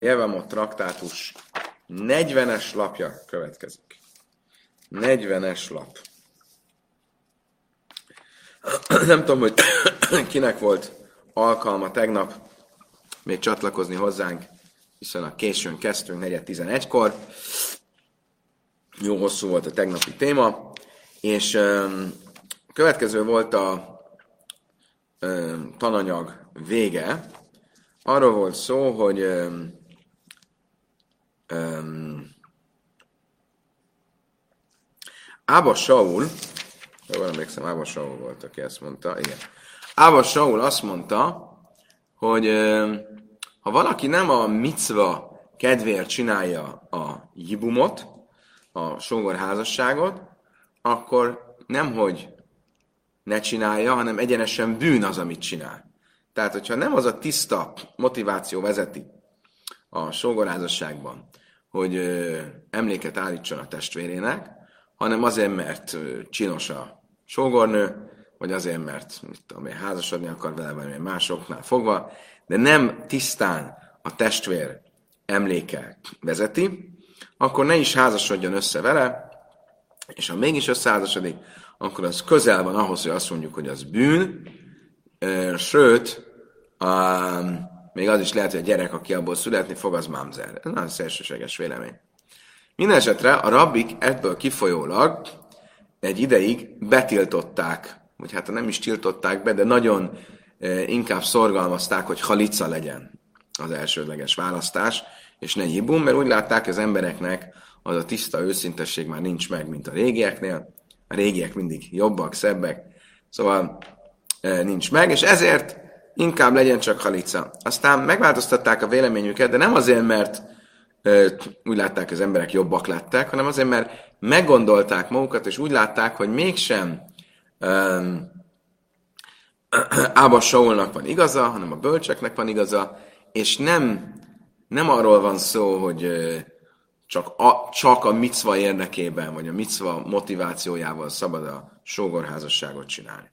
Jevamot traktátus 40-es lapja következik. 40-es lap. Nem tudom, hogy kinek volt alkalma tegnap még csatlakozni hozzánk, hiszen a későn kezdtünk, 4:11-kor. Jó hosszú volt a tegnapi téma, és következő volt a tananyag vége. Arról volt szó, hogy Ába Saul, jól emlékszem, Ába Saul volt, aki ezt mondta, igen. Ába Saul azt mondta, hogy ha valaki nem a micva kedvéért csinálja a jibumot, a sógorházasságot, akkor nemhogy ne csinálja, hanem egyenesen bűn az, amit csinál. Tehát, hogyha nem az a tiszta motiváció vezeti a sógorházasságban, hogy emléket állítson a testvérének, hanem azért, mert csinos a sógornő, vagy azért, mert mit tudom én, házasodni akar vele, vagy másoknál fogva, de nem tisztán a testvér emléke vezeti, akkor ne is házasodjon össze vele, és ha mégis összeházasodik, akkor az közel van ahhoz, hogy azt mondjuk, hogy az bűn, sőt, még az is lehet, hogy a gyerek, aki abból születni fog, az mamzer. Ez nagyon szélsőséges vélemény. Mindenesetre a rabbik ebből kifolyólag egy ideig betiltották, vagy hát nem is tiltották be, de nagyon inkább szorgalmazták, hogy halica legyen az elsődleges választás, és ne jibum, mert úgy látták, az embereknek az a tiszta őszintesség már nincs meg, mint a régieknél. A régiek mindig jobbak, szebbek, szóval nincs meg, és ezért inkább legyen csak halica. Aztán megváltoztatták a véleményüket, de nem azért, mert úgy látták, hogy az emberek jobbak lettek, hanem azért, mert meggondolták magukat, és úgy látták, hogy mégsem Ába Saulnak van igaza, hanem a bölcseknek van igaza, és nem arról van szó, hogy csak a micva érdekében, vagy a micva motivációjával szabad a sógorházasságot csinálni.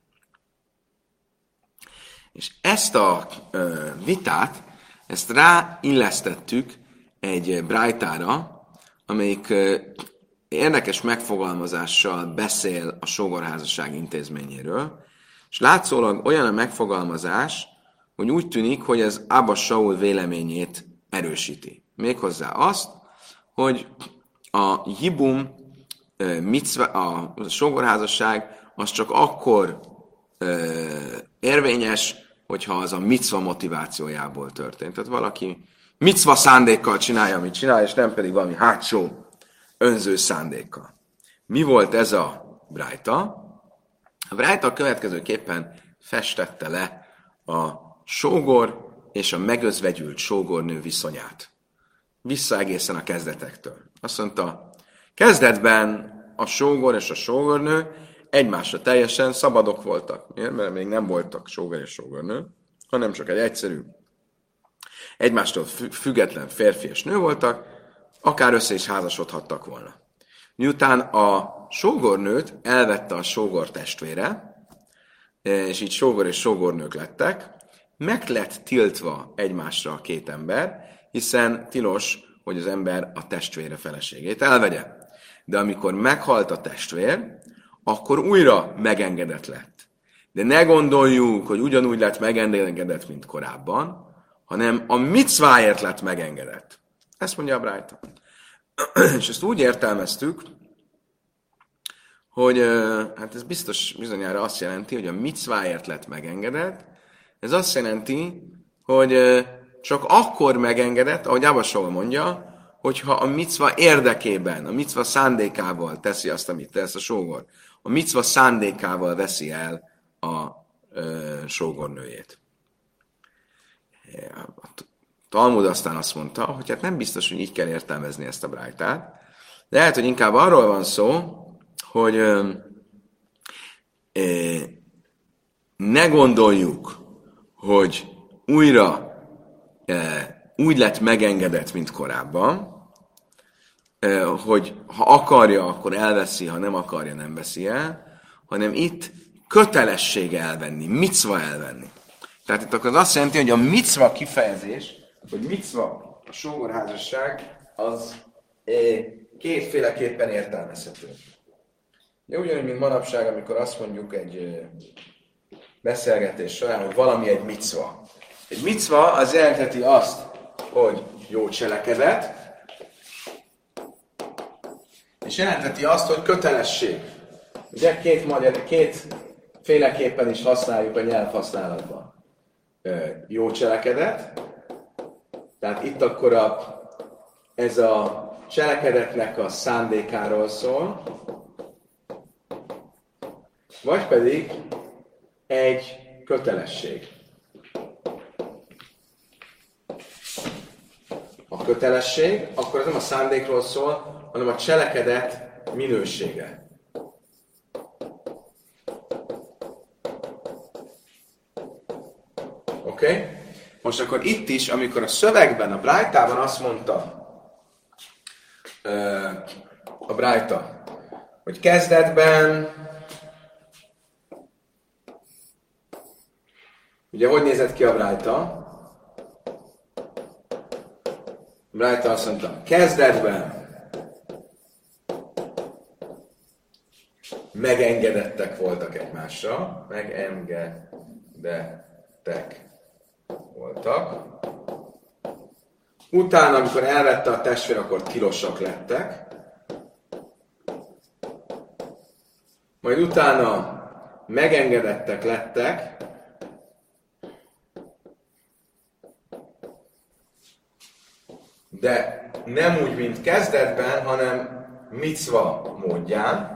És ezt a vitát, ezt ráillesztettük egy brájtára, amelyik érdekes megfogalmazással beszél a sógorházasság intézményéről, és látszólag olyan a megfogalmazás, hogy úgy tűnik, hogy ez Ába Saul véleményét erősíti. Méghozzá azt, hogy a jibum micva, a sógorházasság az csak akkor érvényes, hogyha az a micva motivációjából történt. Tehát valaki micva szándékkal csinálja, amit csinál, és nem pedig valami hátsó önző szándékkal. Mi volt ez a brájta? A brájta a következőképpen festette le a sógor és a megözvegyült sógornő viszonyát. Vissza egészen a kezdetektől. Azt mondta, kezdetben a sógor és a sógornő egymásra teljesen szabadok voltak. Miért? Mert még nem voltak sógor és sógornő, hanem csak egy egyszerű, egymástól független férfi és nő voltak, akár össze is házasodhattak volna. Miután a sógornőt elvette a sógor testvére, és így sógor és sógornők lettek, meg lett tiltva egymásra a két ember, hiszen tilos, hogy az ember a testvére feleségét elvegye. De amikor meghalt a testvér, akkor újra megengedett lett. De ne gondoljuk, hogy ugyanúgy lett megengedett, mint korábban, hanem a micváért lett megengedett. Ezt mondja a brájta. És ezt úgy értelmeztük, hogy hát ez bizonyára azt jelenti, hogy a micváért lett megengedett. Ez azt jelenti, hogy csak akkor megengedett, ahogy Ába Saul mondja, hogyha a micva érdekében, a micva szándékával teszi azt, amit tesz a sógor. A micva szándékával veszi el a sógornőjét. A Talmud aztán azt mondta, hogy hát nem biztos, hogy így kell értelmezni ezt a brájtát, de lehet, hogy inkább arról van szó, hogy ne gondoljuk, hogy újra úgy lett megengedett, mint korábban, hogy ha akarja, akkor elveszi, ha nem akarja, nem veszi el, hanem itt kötelessége elvenni, micva elvenni. Tehát itt akkor az azt jelenti, hogy a micva kifejezés, hogy micva a sógorházasság az kétféleképpen értelmezhető. Ugyanúgy, mint manapság, amikor azt mondjuk egy beszélgetés során, hogy valami egy micva. Egy micva az jelentheti azt, hogy jó cselekedet, és jelentheti azt, hogy kötelesség. Ugye kétféleképpen is használjuk a nyelvhasználatban. Jó cselekedet, tehát itt akkor ez a cselekedetnek a szándékáról szól, vagy pedig egy kötelesség. A kötelesség akkor az nem a szándékról szól, hanem a cselekedet minősége. Oké? Most akkor itt is, amikor a szövegben, a Brájtában azt mondta a Brájta, hogy kezdetben, ugye hogy nézett ki a Brájta? A Brájta azt mondta, kezdetben megengedettek voltak egymásra, megengedettek voltak. Utána, amikor elvette a testvér, akkor tilosak lettek. Majd utána megengedettek lettek. De nem úgy, mint kezdetben, hanem micva módján.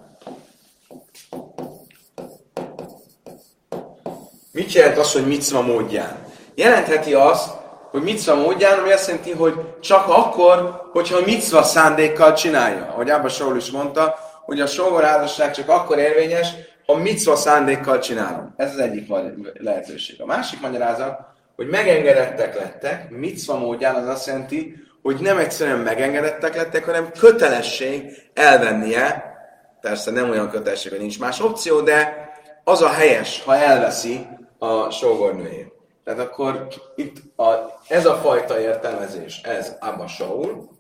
Mit jelent az, hogy micva módján? Jelentheti azt, hogy micva módján, ami azt jelenti, hogy csak akkor, hogyha a micva szándékkal csinálja. Ahogy Abba Saul is mondta, hogy a sógorházasság csak akkor érvényes, ha micva szándékkal csinálom. Ez az egyik lehetőség. A másik magyarázat, hogy megengedettek lettek, micva módján az azt jelenti, hogy nem egyszerűen megengedettek lettek, hanem kötelesség elvennie, persze nem olyan kötelesség, hogy nincs más opció, de az a helyes, ha elveszi a sógornőjét. Tehát akkor itt ez a fajta értelmezés, ez Abba Saul,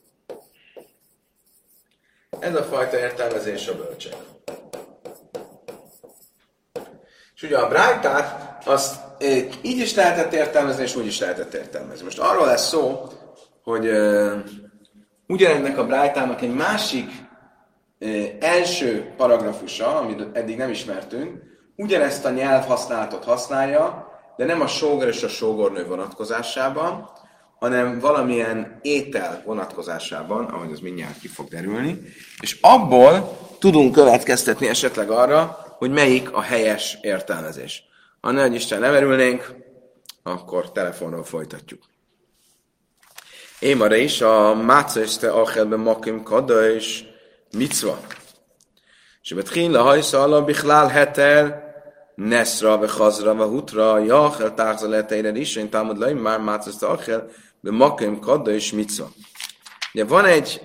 ez a fajta értelmezés a bölcsek. És ugye a Brájtát azt így is lehetett értelmezni, és úgy is lehetett értelmezni. Most arról lesz szó, hogy ugyanennek a Brájtának egy másik első paragrafusa, amit eddig nem ismertünk, ugyanezt a nyelvhasználatot használja, de nem a sógor és a sógornő vonatkozásában, hanem valamilyen étel vonatkozásában, ahogy az mindjárt ki fog derülni, és abból tudunk következtetni esetleg arra, hogy melyik a helyes értelmezés. Ha ne, hogy Isten lemerülnénk, akkor telefonról folytatjuk. Émare is a máceste achelben makim kada és micva. És betchín lehajsza ala bichlál heter, neszra, ve chazra, ve hutra, jachel tárza leteire is, én támad leim már máceste achel, be makim kada és micva. Ugye van egy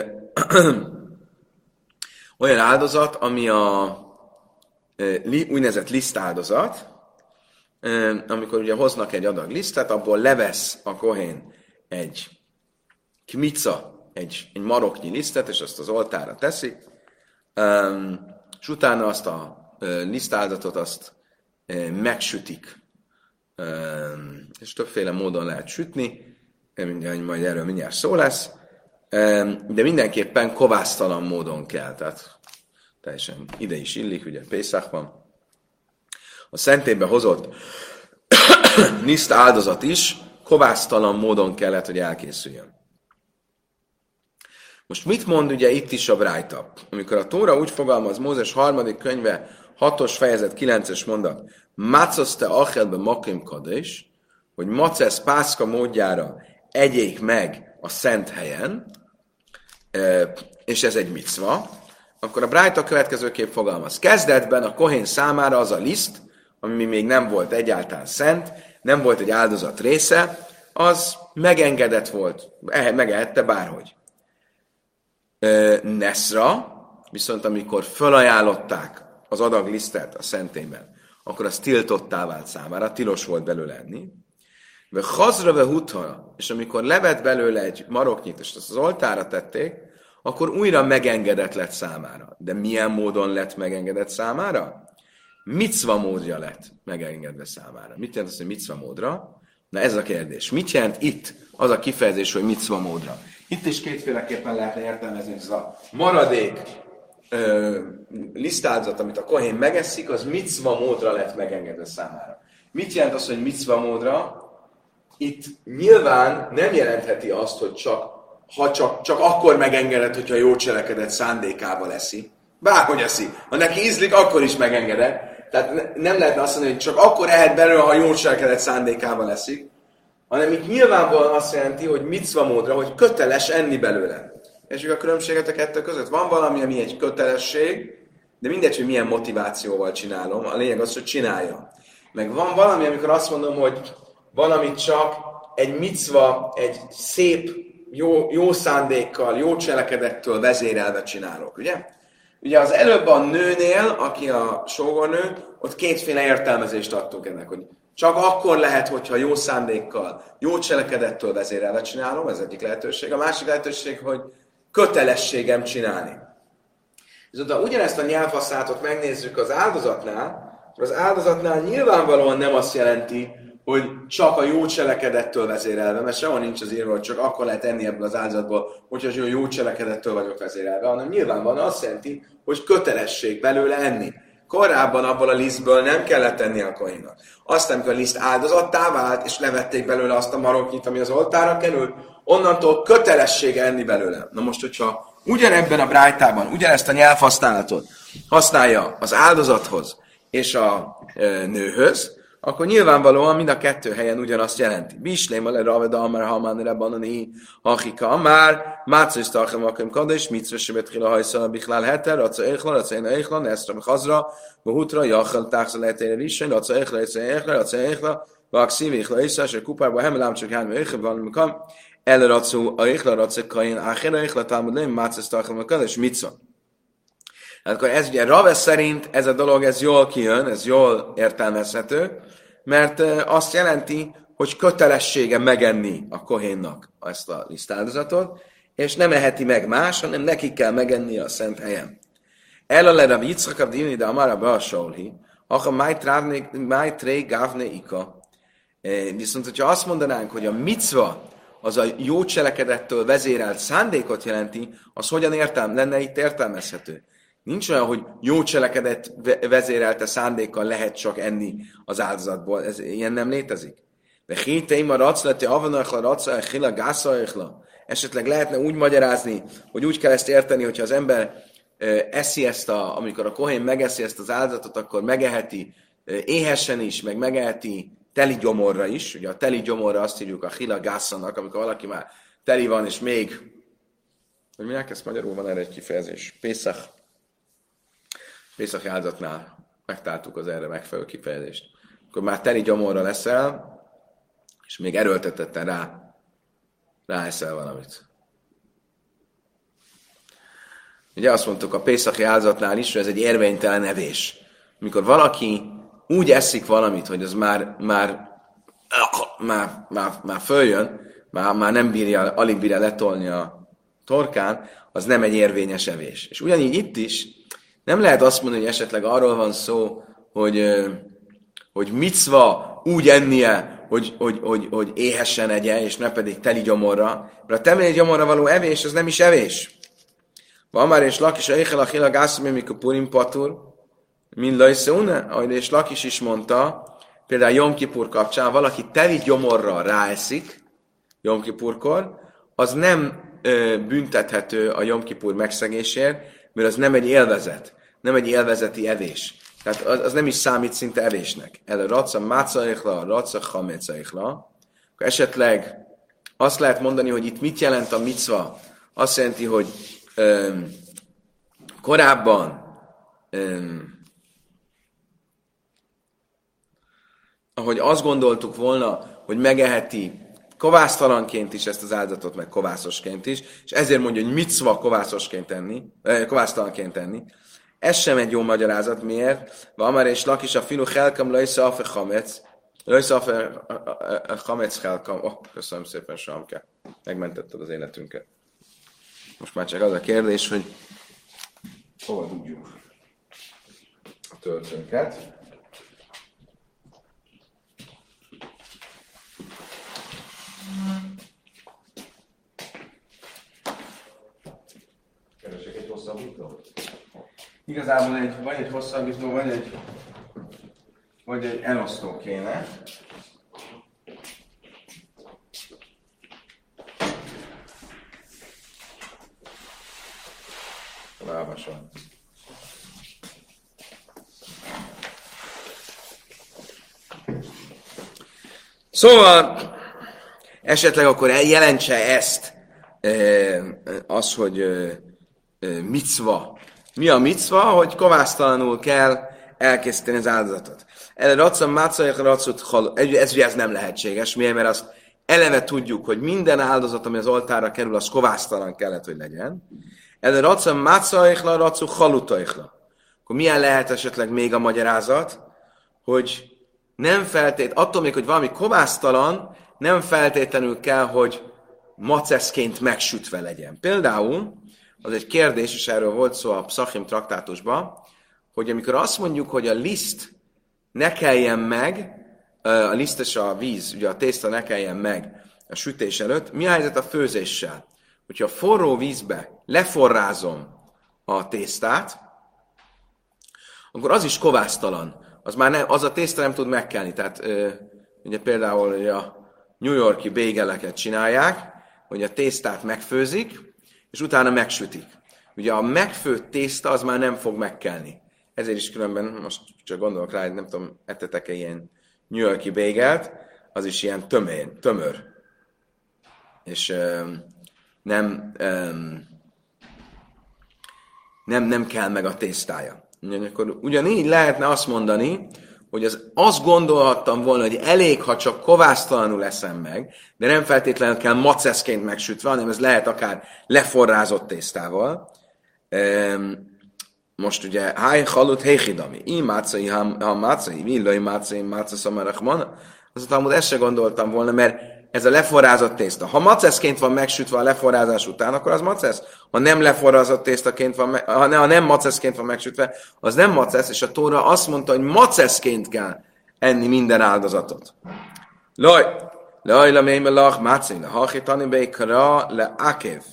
olyan áldozat, ami a úgynevezett lisztáldozat, amikor ugye hoznak egy adag lisztet, abból levesz a kohén egy kmica, egy maroknyi lisztet, és azt az oltára teszi, és utána azt a lisztáldatot azt megsütik. És többféle módon lehet sütni, majd erről mindjárt szó lesz, de mindenképpen kovásztalan módon kell, tehát teljesen ide is illik, ugye Pészach van. A szentélybe hozott liszt áldozat is kovásztalan módon kellett, hogy elkészüljön. Most mit mond ugye itt is a Brájta? Amikor a Tóra úgy fogalmaz, Mózes 3. könyve 6. fejezet 9-es mondat, Mácozte achelbe makim kadés, hogy macesz pászka módjára egyék meg a szent helyen, és ez egy micva, akkor a Brájta következőképp fogalmaz. Kezdetben a kohén számára az a liszt, ami még nem volt egyáltalán szent, nem volt egy áldozat része, az megengedett volt, megehette bárhogy. Neszra, viszont amikor felajánlották az adaglisztet a szentélyben, akkor az tiltottá vált számára, tilos volt belőle enni. Ve hazra ve hutara, és amikor levett belőle egy maroknyit, és azt az oltára tették, akkor újra megengedett lett számára. De milyen módon lett megengedett számára? Micva módja lett megengedve számára. Mit jelent az, hogy micva módra? Na ez a kérdés. Mit jelent itt az a kifejezés, hogy micva módra? Itt is kétféleképpen lehetne értelmezni, ez a maradék lisztáldozat, amit a kohén megeszik, az micva módra lett megengedve számára. Mit jelent az, hogy micva módra? Itt nyilván nem jelentheti azt, hogy csak akkor megengedett, hogyha jó cselekedet szándékával eszi. Bárhogy eszi. Ha neki ízlik, akkor is megengedett. Tehát nem lehetne azt mondani, hogy csak akkor ehet belőle, ha jó cselekedet szándékával eszik. Hanem itt nyilvánvalóan azt jelenti, hogy micva módra, hogy köteles enni belőle. És a különbséget a kettő között. Van valami, ami egy kötelesség, de mindegy, hogy milyen motivációval csinálom. A lényeg az, hogy csinálja. Meg van valami, amikor azt mondom, hogy valamit csak egy micva, egy szép, jó szándékkal, jó cselekedettől vezérelve csinálok, ugye? Ugye az előbb a nőnél, aki a sógornő, ott kétféle értelmezést adtunk ennek, hogy csak akkor lehet, hogyha jó szándékkal, jó cselekedettől vezérelve csinálom, ez egyik lehetőség. A másik lehetőség, hogy kötelességem csinálni. Viszont ha ugyanezt a nyelvhasználatot megnézzük az áldozatnál nyilvánvalóan nem azt jelenti, hogy csak a jó cselekedettől vezérelve, mert sehol nincs az írva, hogy csak akkor lehet enni ebből az áldozatból, hogyha jó cselekedettől vagyok vezérelve, hanem nyilvánvalóan azt jelenti, hogy kötelesség belőle enni. Korábban abból a lisztből nem kellett enni a kohénnak. Aztán, amikor a liszt áldozattá vált, és levették belőle azt a maroknyit, ami az oltára került, onnantól kötelessége enni belőle. Na most, hogyha ugyanebben a brájtában, ugyanezt a nyelvhasználatot használja az áldozathoz és a nőhöz, akkor nyilvánvalóan mind a kettő helyen ugyanazt jelenti. Bislém le raveda amár hamánre banani hachika amár mácris tarchem akem kadés mitzve sebetchila hajszala bichlál heter raca échla nesztra bechazra bohutra jachel táxa lehetére risen raca échla vakszív échla észre se kupárba hemelám csak hányma échla valami kam el raca kain áhera échla támad lém mácris tarchem kadés mitzva. Akkor ez ugye Rave szerint ez a dolog, ez jól kijön, ez jól értelmezhető, mert azt jelenti, hogy kötelessége megenni a kohénnak ezt a lisztáldozatot, és nem eheti meg más, hanem neki kell megenni a szent helyen. Elale Rav Yitzchak Avdini de Amara Beasolhi, ha májtré gávne ika. Viszont, hogyha azt mondanánk, hogy a micva az a jó cselekedettől vezérelt szándékot jelenti, az hogyan lenne itt értelmezhető? Nincs olyan, hogy jó cselekedet vezérelte szándékkal lehet csak enni az áldozatból. Ez ilyen nem létezik. De héteim a racleti avanachla raca echila gásza echla. Esetleg lehetne úgy magyarázni, hogy úgy kell ezt érteni, hogyha az ember eszi ezt amikor a kohén megeszi ezt az áldozatot, akkor megeheti éhesen is, meg megeheti teli gyomorra is. Ugye a teli gyomorra azt írjuk a chila gászanak, amikor valaki már teli van, és még, hogy mondják ezt magyarul, van erre egy kifejezés. Pészaki áldozatnál megtaláltuk az erre megfelelő kifejezést. Akkor már teli gyomorra leszel, és még erőltetetten ráeszel valamit. Ugye azt mondtuk a pészaki áldozatnál is, hogy ez egy érvénytelen evés. Amikor valaki úgy eszik valamit, hogy az már följön, már nem bírja, alig bírja letolni a torkán, az nem egy érvényes evés. És ugyanígy itt is nem lehet azt mondani, hogy esetleg arról van szó, hogy micva úgy ennie, hogy éhessen egye, és ne pedig teli gyomorra. Mert a teli gyomorra való evés, az nem is evés. Van már és Lakis a éhel a chila gászom, amikor purim patur, mind lajszeune, ahogy és Lakis is mondta, például Jom Kipur kapcsán, valaki teli gyomorra ráeszik, Jom Kipurkor, az nem büntethető a Jom Kipur megszegésért, mert az nem egy élvezet, nem egy élvezeti evés. Tehát az nem is számít szinte evésnek. El a raca mácaikla, a raca hamécaikla. Akkor esetleg azt lehet mondani, hogy itt mit jelent a micva? Azt jelenti, hogy korábban, ahogy azt gondoltuk volna, hogy megeheti kovásztalanként is ezt az áldozatot, meg kovászosként is, és ezért mondja, hogy micva kovásztalanként tenni. Ez sem egy jó magyarázat. Miért? Van már és Lakis a filu helkam lajsza afechamec. Lőszafer, a Hameckál, köszönöm szépen, Samke. Megmentetted az életünket. Most már csak az a kérdés, hogy hova dugjuk a töltőnket. Keresek egy hosszabbítót? Igazából vagy egy hosszabbító, vagy egy elosztó kéne. Rávason. Szóval esetleg akkor jelentse ezt az, hogy micva. Mi a micva? Hogy kovásztalanul kell elkészíteni az áldozatot. Ez ugye ez nem lehetséges. Miért? Mert azt eleve tudjuk, hogy minden áldozat, ami az oltárra kerül, az kovásztalan kellett, hogy legyen. Ez racam mácaichla, racu halutaichla. Akkor milyen lehet esetleg még a magyarázat, hogy nem attól még, hogy valami kovásztalan, nem feltétlenül kell, hogy maceszként megsütve legyen. Például, az egy kérdés, és erről volt szó a Pszachim traktátusban, hogy amikor azt mondjuk, hogy a liszt ne keljen meg, a liszt és a víz, ugye a tészta ne keljen meg a sütés előtt, mi a helyzet a főzéssel? Hogyha forró vízbe leforrázom a tésztát, akkor az is kovásztalan. Az a tészta nem tud megkelni. Tehát ugye például ugye a New York-i bégeleket csinálják, hogy a tésztát megfőzik, és utána megsütik. Ugye a megfőtt tészta az már nem fog megkelni. Ezért is különben, most csak gondolok rá, hogy nem tudom, ettetek-e ilyen New York-i bégelt, az is ilyen tömör. És nem kell meg a tésztája. Akkor ugyanígy lehetne azt mondani, hogy azt gondolhattam volna, hogy elég, ha csak kovásztalanul eszem meg, de nem feltétlenül kell maceszként megsütve, hanem ez lehet akár leforrázott tésztával. Most ugye, háj halut héhidami, í mácai, ha mácai, villai mácai, máca szamarachmana. Aztán ezt se gondoltam volna, mert ez a leforrázott tészta. Ha maceszként van megsütve a leforrázás után, akkor az macesz. Ha nem leforrázott tésztaként van, ha nem maceszként van megsütve, az nem macesz, és a Tóra azt mondta, hogy maceszként kell enni minden áldozatot. Laj, la mémelach, mácai, la hachitani beikra, le akev.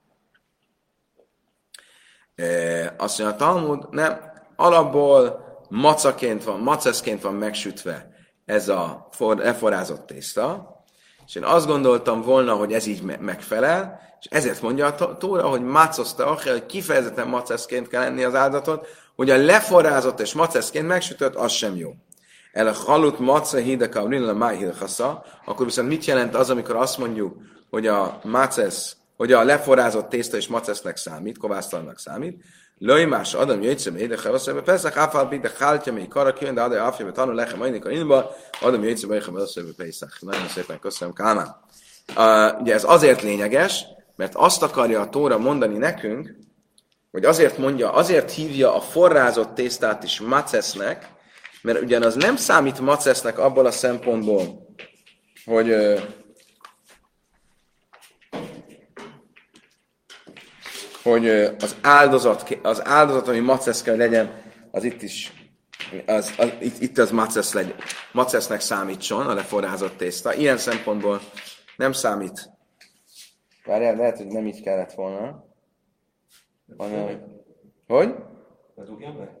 Azt mondja a Talmud, nem, alapból maceszként van megsütve ez a leforrázott tészta, és én azt gondoltam volna, hogy ez így megfelel, és ezért mondja a Tóra, hogy mácozta, hogy kifejezetten maceszként kell enni az áldozatot, hogy a leforrázott és maceszként megsütött, az sem jó. El a halut maca hideka, a máj hidekasza, akkor viszont mit jelent az, amikor azt mondjuk, hogy hogy a leforrázott tészta és macesznek számít, kovásztalannak számít, Lőjmás Adam jöjtszem édek elszebe, Peszach áfál bide háltja még karakjön, de adaj áfja, tanul lechem ajnik a inba, Adam jöjtszem édek elszebe Peszach. Nagyon szépen köszönöm, Kálmán. Ugye ez azért lényeges, mert azt akarja a Tóra mondani nekünk, hogy azért hívja a forrázott tésztát is macesznek, mert ugyanaz nem számít macesznek abból a szempontból, hogy az áldozat, ami macesz kell legyen, az itt is, itt az macesznek számítson, a leforrázott tészta. Ilyen szempontból nem számít. Várjál, lehet, hogy nem így kellett volna. Hanem, hogy? Ne dugjam be?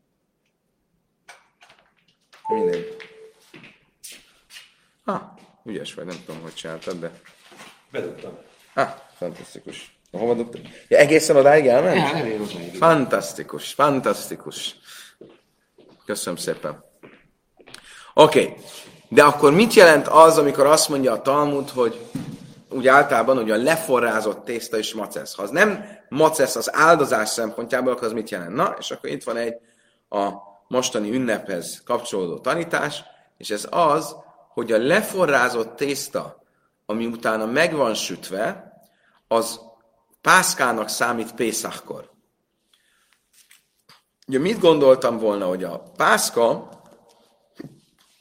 Mindegy. Ügyes vagy, nem tudom, hogy csináltad, de... Bedugtam. Fantasztikus. Hova dugtad? Ja, egészen odáig elment? Ja, nem ér odáig. Fantasztikus. Köszönöm szépen. Oké. De akkor mit jelent az, amikor azt mondja a Talmud, hogy úgy általában, hogy a leforrázott tészta is macesz. Ha az nem macesz az áldozás szempontjából, akkor az mit jelent? Na, és akkor itt van a mostani ünnephez kapcsolódó tanítás, és ez az, hogy a leforrázott tészta, ami utána meg van sütve, az pászkának számít Pészachkor. Ugye mit gondoltam volna, hogy a pászka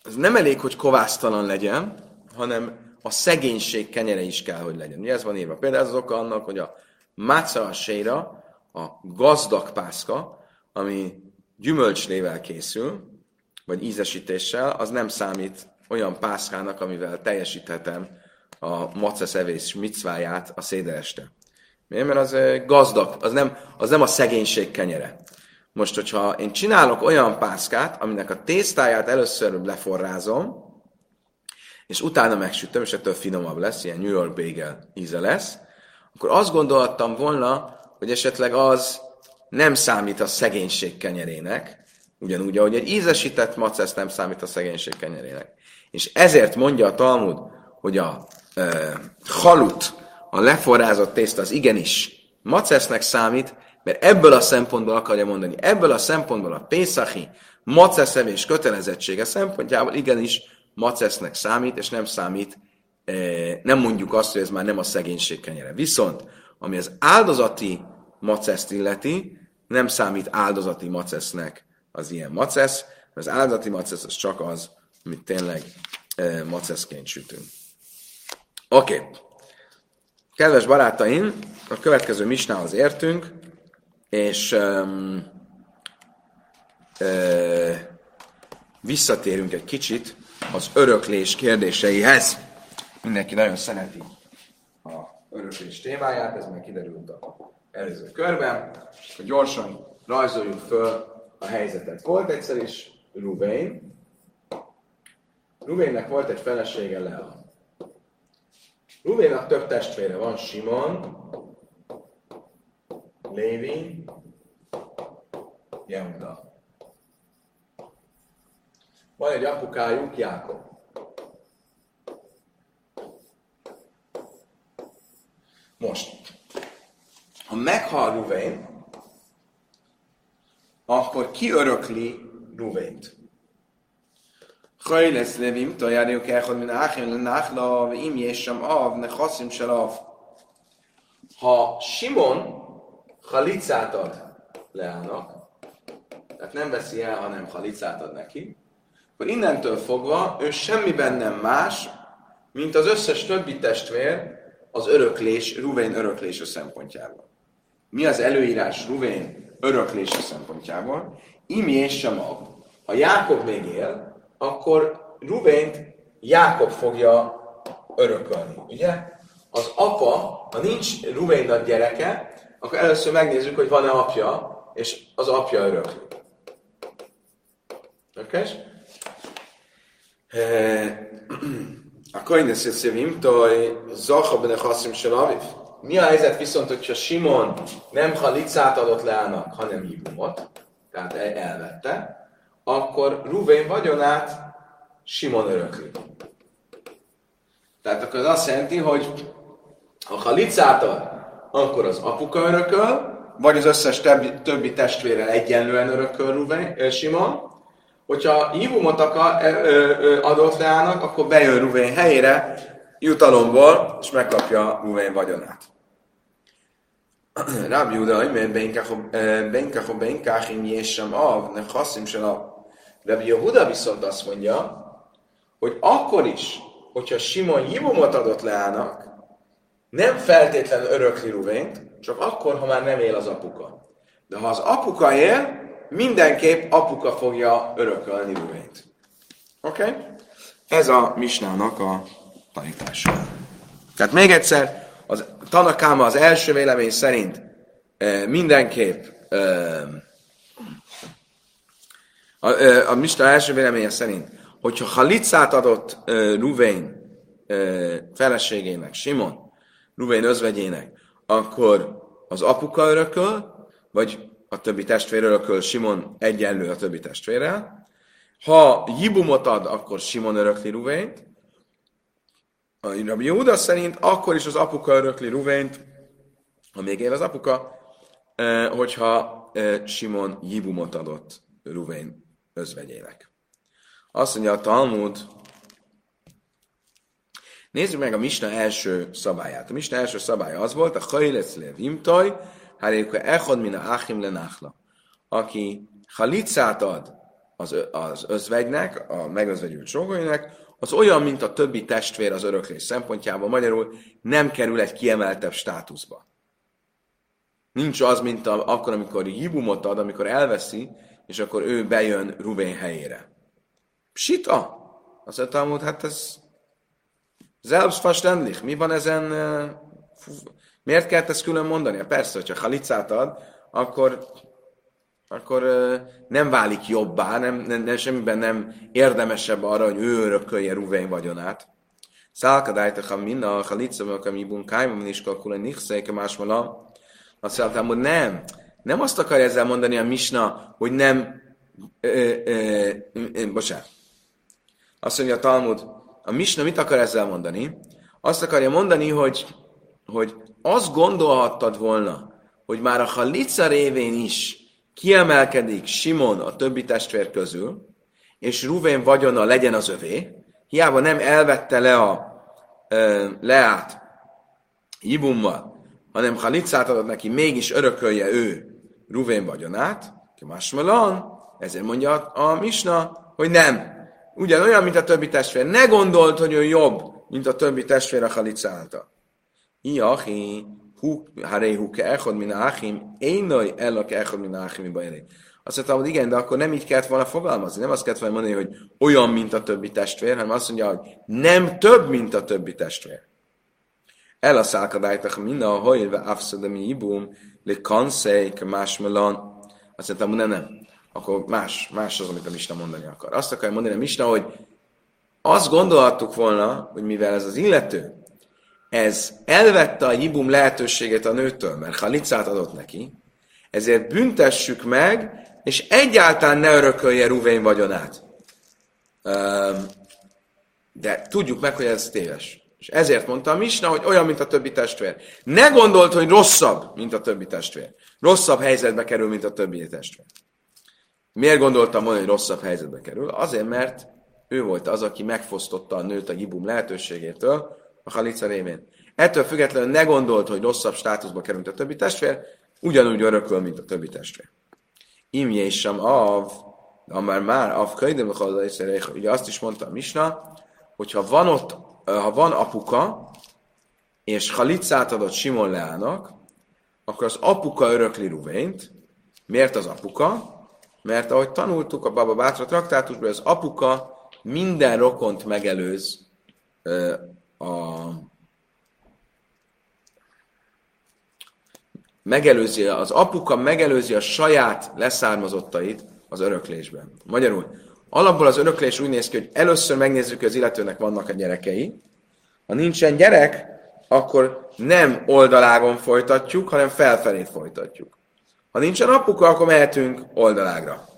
ez nem elég, hogy kovásztalan legyen, hanem a szegénység kenyere is kell, hogy legyen. Ugye ez van írva. Például ez az oka annak, hogy a máca a séra, a gazdag pászka, ami gyümölcslével készül, vagy ízesítéssel, az nem számít olyan pászkának, amivel teljesíthetem a macesz evés micváját a széder este. Miért? Mert az gazdag, az nem a szegénység kenyere. Most, hogyha én csinálok olyan pászkát, aminek a tésztáját először leforrázom, és utána megsütöm, és ettől finomabb lesz, ilyen New York bagel íze lesz, akkor azt gondoltam volna, hogy esetleg az nem számít a szegénység kenyerének, ugyanúgy, ahogy egy ízesített macesz nem számít a szegénység kenyerének. És ezért mondja a Talmud, hogy a halut, a leforrázott tészta az igenis macesznek számít, mert ebből a szempontból akarja mondani, ebből a szempontból a pészachi maceszevés kötelezettsége szempontjából igenis macesznek számít, és nem számít, nem mondjuk azt, hogy ez már nem a szegénység kenyere. Viszont, ami az áldozati maceszt illeti, nem számít áldozati macesznek az ilyen macesz, mert az áldozati macesz az csak az, amit tényleg maceszként sütünk. Oké. Kedves barátaim, a következő misnához értünk, és visszatérünk egy kicsit az öröklés kérdéseihez. Mindenki nagyon szereti a öröklés témáját, ez már kiderült az előző körben. Hogy gyorsan rajzoljuk föl a helyzetet. Volt egyszer is Ruvén. Ruvénnek volt egy felesége, Lea. Ruvénnak több testvére van, Simon, Lévi, Jehuda. Van egy apukájuk, Jákob. Most, ha meghal Ruvén, akkor ki örökli Ruvént? Chaj lesz Levim, tajárjuk elhod, mint Áchim lenáchla, im jésem av, ne haszim se av. Ha Simon halicát ad Leának, tehát nem veszi el, hanem halicát ad neki, akkor innentől fogva ő semmiben nem más, mint az összes többi testvér az öröklés, Ruvén öröklése szempontjából. Mi az előírás Ruvén öröklése szempontjából? Imi és sem av. Ha Jákob még él, akkor Ruvént Jákob fogja örökölni, ugye? Az apa, ha nincs Ruvénnak gyereke, akkor először megnézzük, hogy van-e apja, és az apja örökli. Oké? Akkor én ezt szívim, hogy Zacha benne haszim se laviv. Mi a helyzet viszont, hogyha Simon nem halicát adott Leának, hanem hívumot, tehát elvette, akkor Ruvén vagyonát Simon örökli. Tehát akkor az azt jelenti, hogy ha halicát ad, akkor az apuka örököl, vagy az összes többi testvérrel egyenlően örököl Simon. Hogyha hívumot adott Leának, akkor bejön Ruvén helyére jutalomból, és megkapja Ruvén vagyonát. Rabbi Júda, hogy miért beinkachim jésem av, ne haszim se av. Rabbi Júda viszont azt mondja, hogy akkor is, hogyha Simon hívumot adott Leának, nem feltétlenül örökli Ruvént, csak akkor, ha már nem él az apuka. De ha az apuka él, mindenképp apuka fogja örökölni Ruvént. Oké? Ez a misnának a tanítása. Tehát még egyszer, Tanakáma az első vélemény szerint mindenképp a misna első véleménye szerint, hogyha halicát adott Ruvén feleségének, Simon, Ruvén özvegyének, akkor az apuka örököl, vagy a többi testvér örököl, Simon egyenlő a többi testvérrel. Ha jibumot ad, akkor Simon örökli Ruvént. A Rabbi Júda szerint akkor is az apuka örökli Ruvént, ha még él az apuka, hogyha Simon jibumot adott Ruvén özvegyének. Azt mondja a Talmud, nézzük meg a misna első szabályát. A misna első szabálya az volt, a chajlec levimtaj, hárjéka echad mina áchim lenáchla. Aki halicát ad az özvegynek, a megözvegyült sógornak, az olyan, mint a többi testvér az öröklés szempontjából, magyarul nem kerül egy kiemeltebb státuszba. Nincs az, mint akkor, amikor hibumot ad, amikor elveszi, és akkor ő bejön Ruvén helyére. Psita! Azt mondta, hát ez selbstverständlich. Mi van ezen? Miért kellett ezt külön mondani? Persze, hogyha halicát ad, akkor nem válik jobbá, semmiben nem érdemesebb arra, hogy ő örökölje Ruvén vagyonát. Szálkadájtach minna, halicavak, ami bunkájban is kalkulai nichszéke másmala. Azt mondtam, hogy nem azt akarja ezzel mondani a misna, hogy nem, bocsánat. Azt mondja a Talmud, a misna mit akar ezzel mondani? Azt akarja mondani, hogy azt gondolhattad volna, hogy már a halica révén is kiemelkedik Simon a többi testvér közül, és Ruvén vagyona legyen az övé, hiába nem elvette le a Leát Jibummal, hanem halicát adott neki, mégis örökölje ő Ruvén vagyonát, másmalan, ezért mondja a misna, hogy nem. Ugyanolyan, mint a többi testvér. Ne gondold, hogy ő jobb, mint a többi testvér a halica által. Iachi, haréhu ke echod min áchim, énaj ella ke echod min áchim, bajré. Azt mondtam, hogy igen, de akkor nem így kellett volna fogalmazni. Nem azt kellett volna mondani, hogy olyan, mint a többi testvér, hanem azt mondja, hogy nem több, mint a többi testvér. El a szálkadájtak minna a hajlve afszadami ibum, le kanszék másmelan. Azt mondtam, hogy nem. Akkor más az, amit a misna mondani akar. Azt akarja mondani a misna, hogy azt gondolhattuk volna, hogy mivel ez az illető, ez elvette a jibum lehetőségét a nőtől, mert halicát adott neki, ezért büntessük meg, és egyáltalán ne örökölje Ruvén vagyonát. De tudjuk meg, hogy ez téves. És ezért mondta a misna, hogy olyan, mint a többi testvér. Ne gondold, hogy rosszabb, mint a többi testvér. Rosszabb helyzetbe kerül, mint a többi testvér. Miért gondoltam volna, hogy rosszabb helyzetbe kerül? Azért, mert ő volt az, aki megfosztotta a nőt a jibum lehetőségétől a halica révén. Ettől függetlenül ne gondolt, hogy rosszabb státuszba kerül, mint a többi testvér, ugyanúgy örököl, mint a többi testvér. Imjé sem már av könyvben, ugye azt is mondta a misna, hogy ha van apuka, és halicát adott Simon Leának, akkor az apuka örökli Ruvént. Miért az apuka? Mert ahogy tanultuk a Baba Bátra traktátusban, az apuka minden rokont megelőz az apuka megelőzi a saját leszármazottait az öröklésben. Magyarul, alapból az öröklés úgy néz ki, hogy először megnézzük, hogy az illetőnek vannak a gyerekei. Ha nincsen gyerek, akkor nem oldalágon folytatjuk, hanem felfelé folytatjuk. Ha nincsen apuka, akkor mehetünk oldalágra.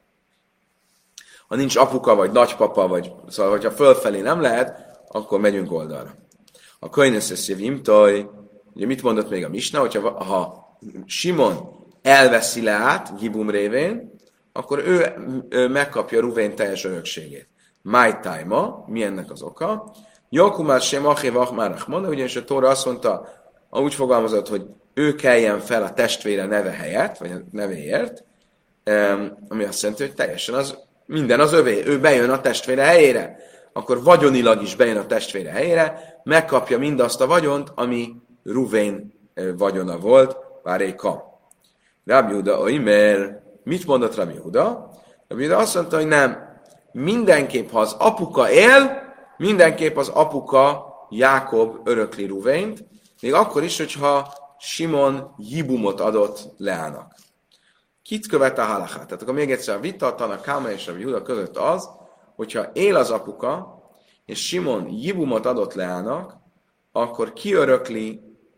Ha nincs apuka, vagy nagypapa, szóval, hogyha fölfelé nem lehet, akkor megyünk oldalra. A könyveszesz jövimtoj, ugye mit mondott még a misna, hogyha Simon elveszi Leát Jibum révén, akkor ő megkapja Ruvén teljes örökségét. Májtájma, mi ennek az oka? Jakumát sem achévach márach mondta, ugyanis a Tóra azt mondta, úgy fogalmazott, hogy ő keljen fel a testvére neve helyett, vagy a nevéért, ami azt jelenti, hogy teljesen minden az övé. Ő bejön a testvére helyére, akkor vagyonilag is bejön a testvére helyére, megkapja mindazt a vagyont, ami Ruvén vagyona volt, Váréka. Rabbi Huda oimer, mit mondott Rabbi Huda? Rabbi Huda azt mondta, hogy nem. Mindenképp, ha az apuka él, mindenképp az apuka Jákob örökli Ruvént, még akkor is, hogyha Simon Jibumot adott Leának. Kit követ a halachát? Tehát akkor még egyszer a vita a Tanakáma és Rabbi Huda között az, hogyha él az apuka, és Simon Jibumot adott Leának, akkor ki örökli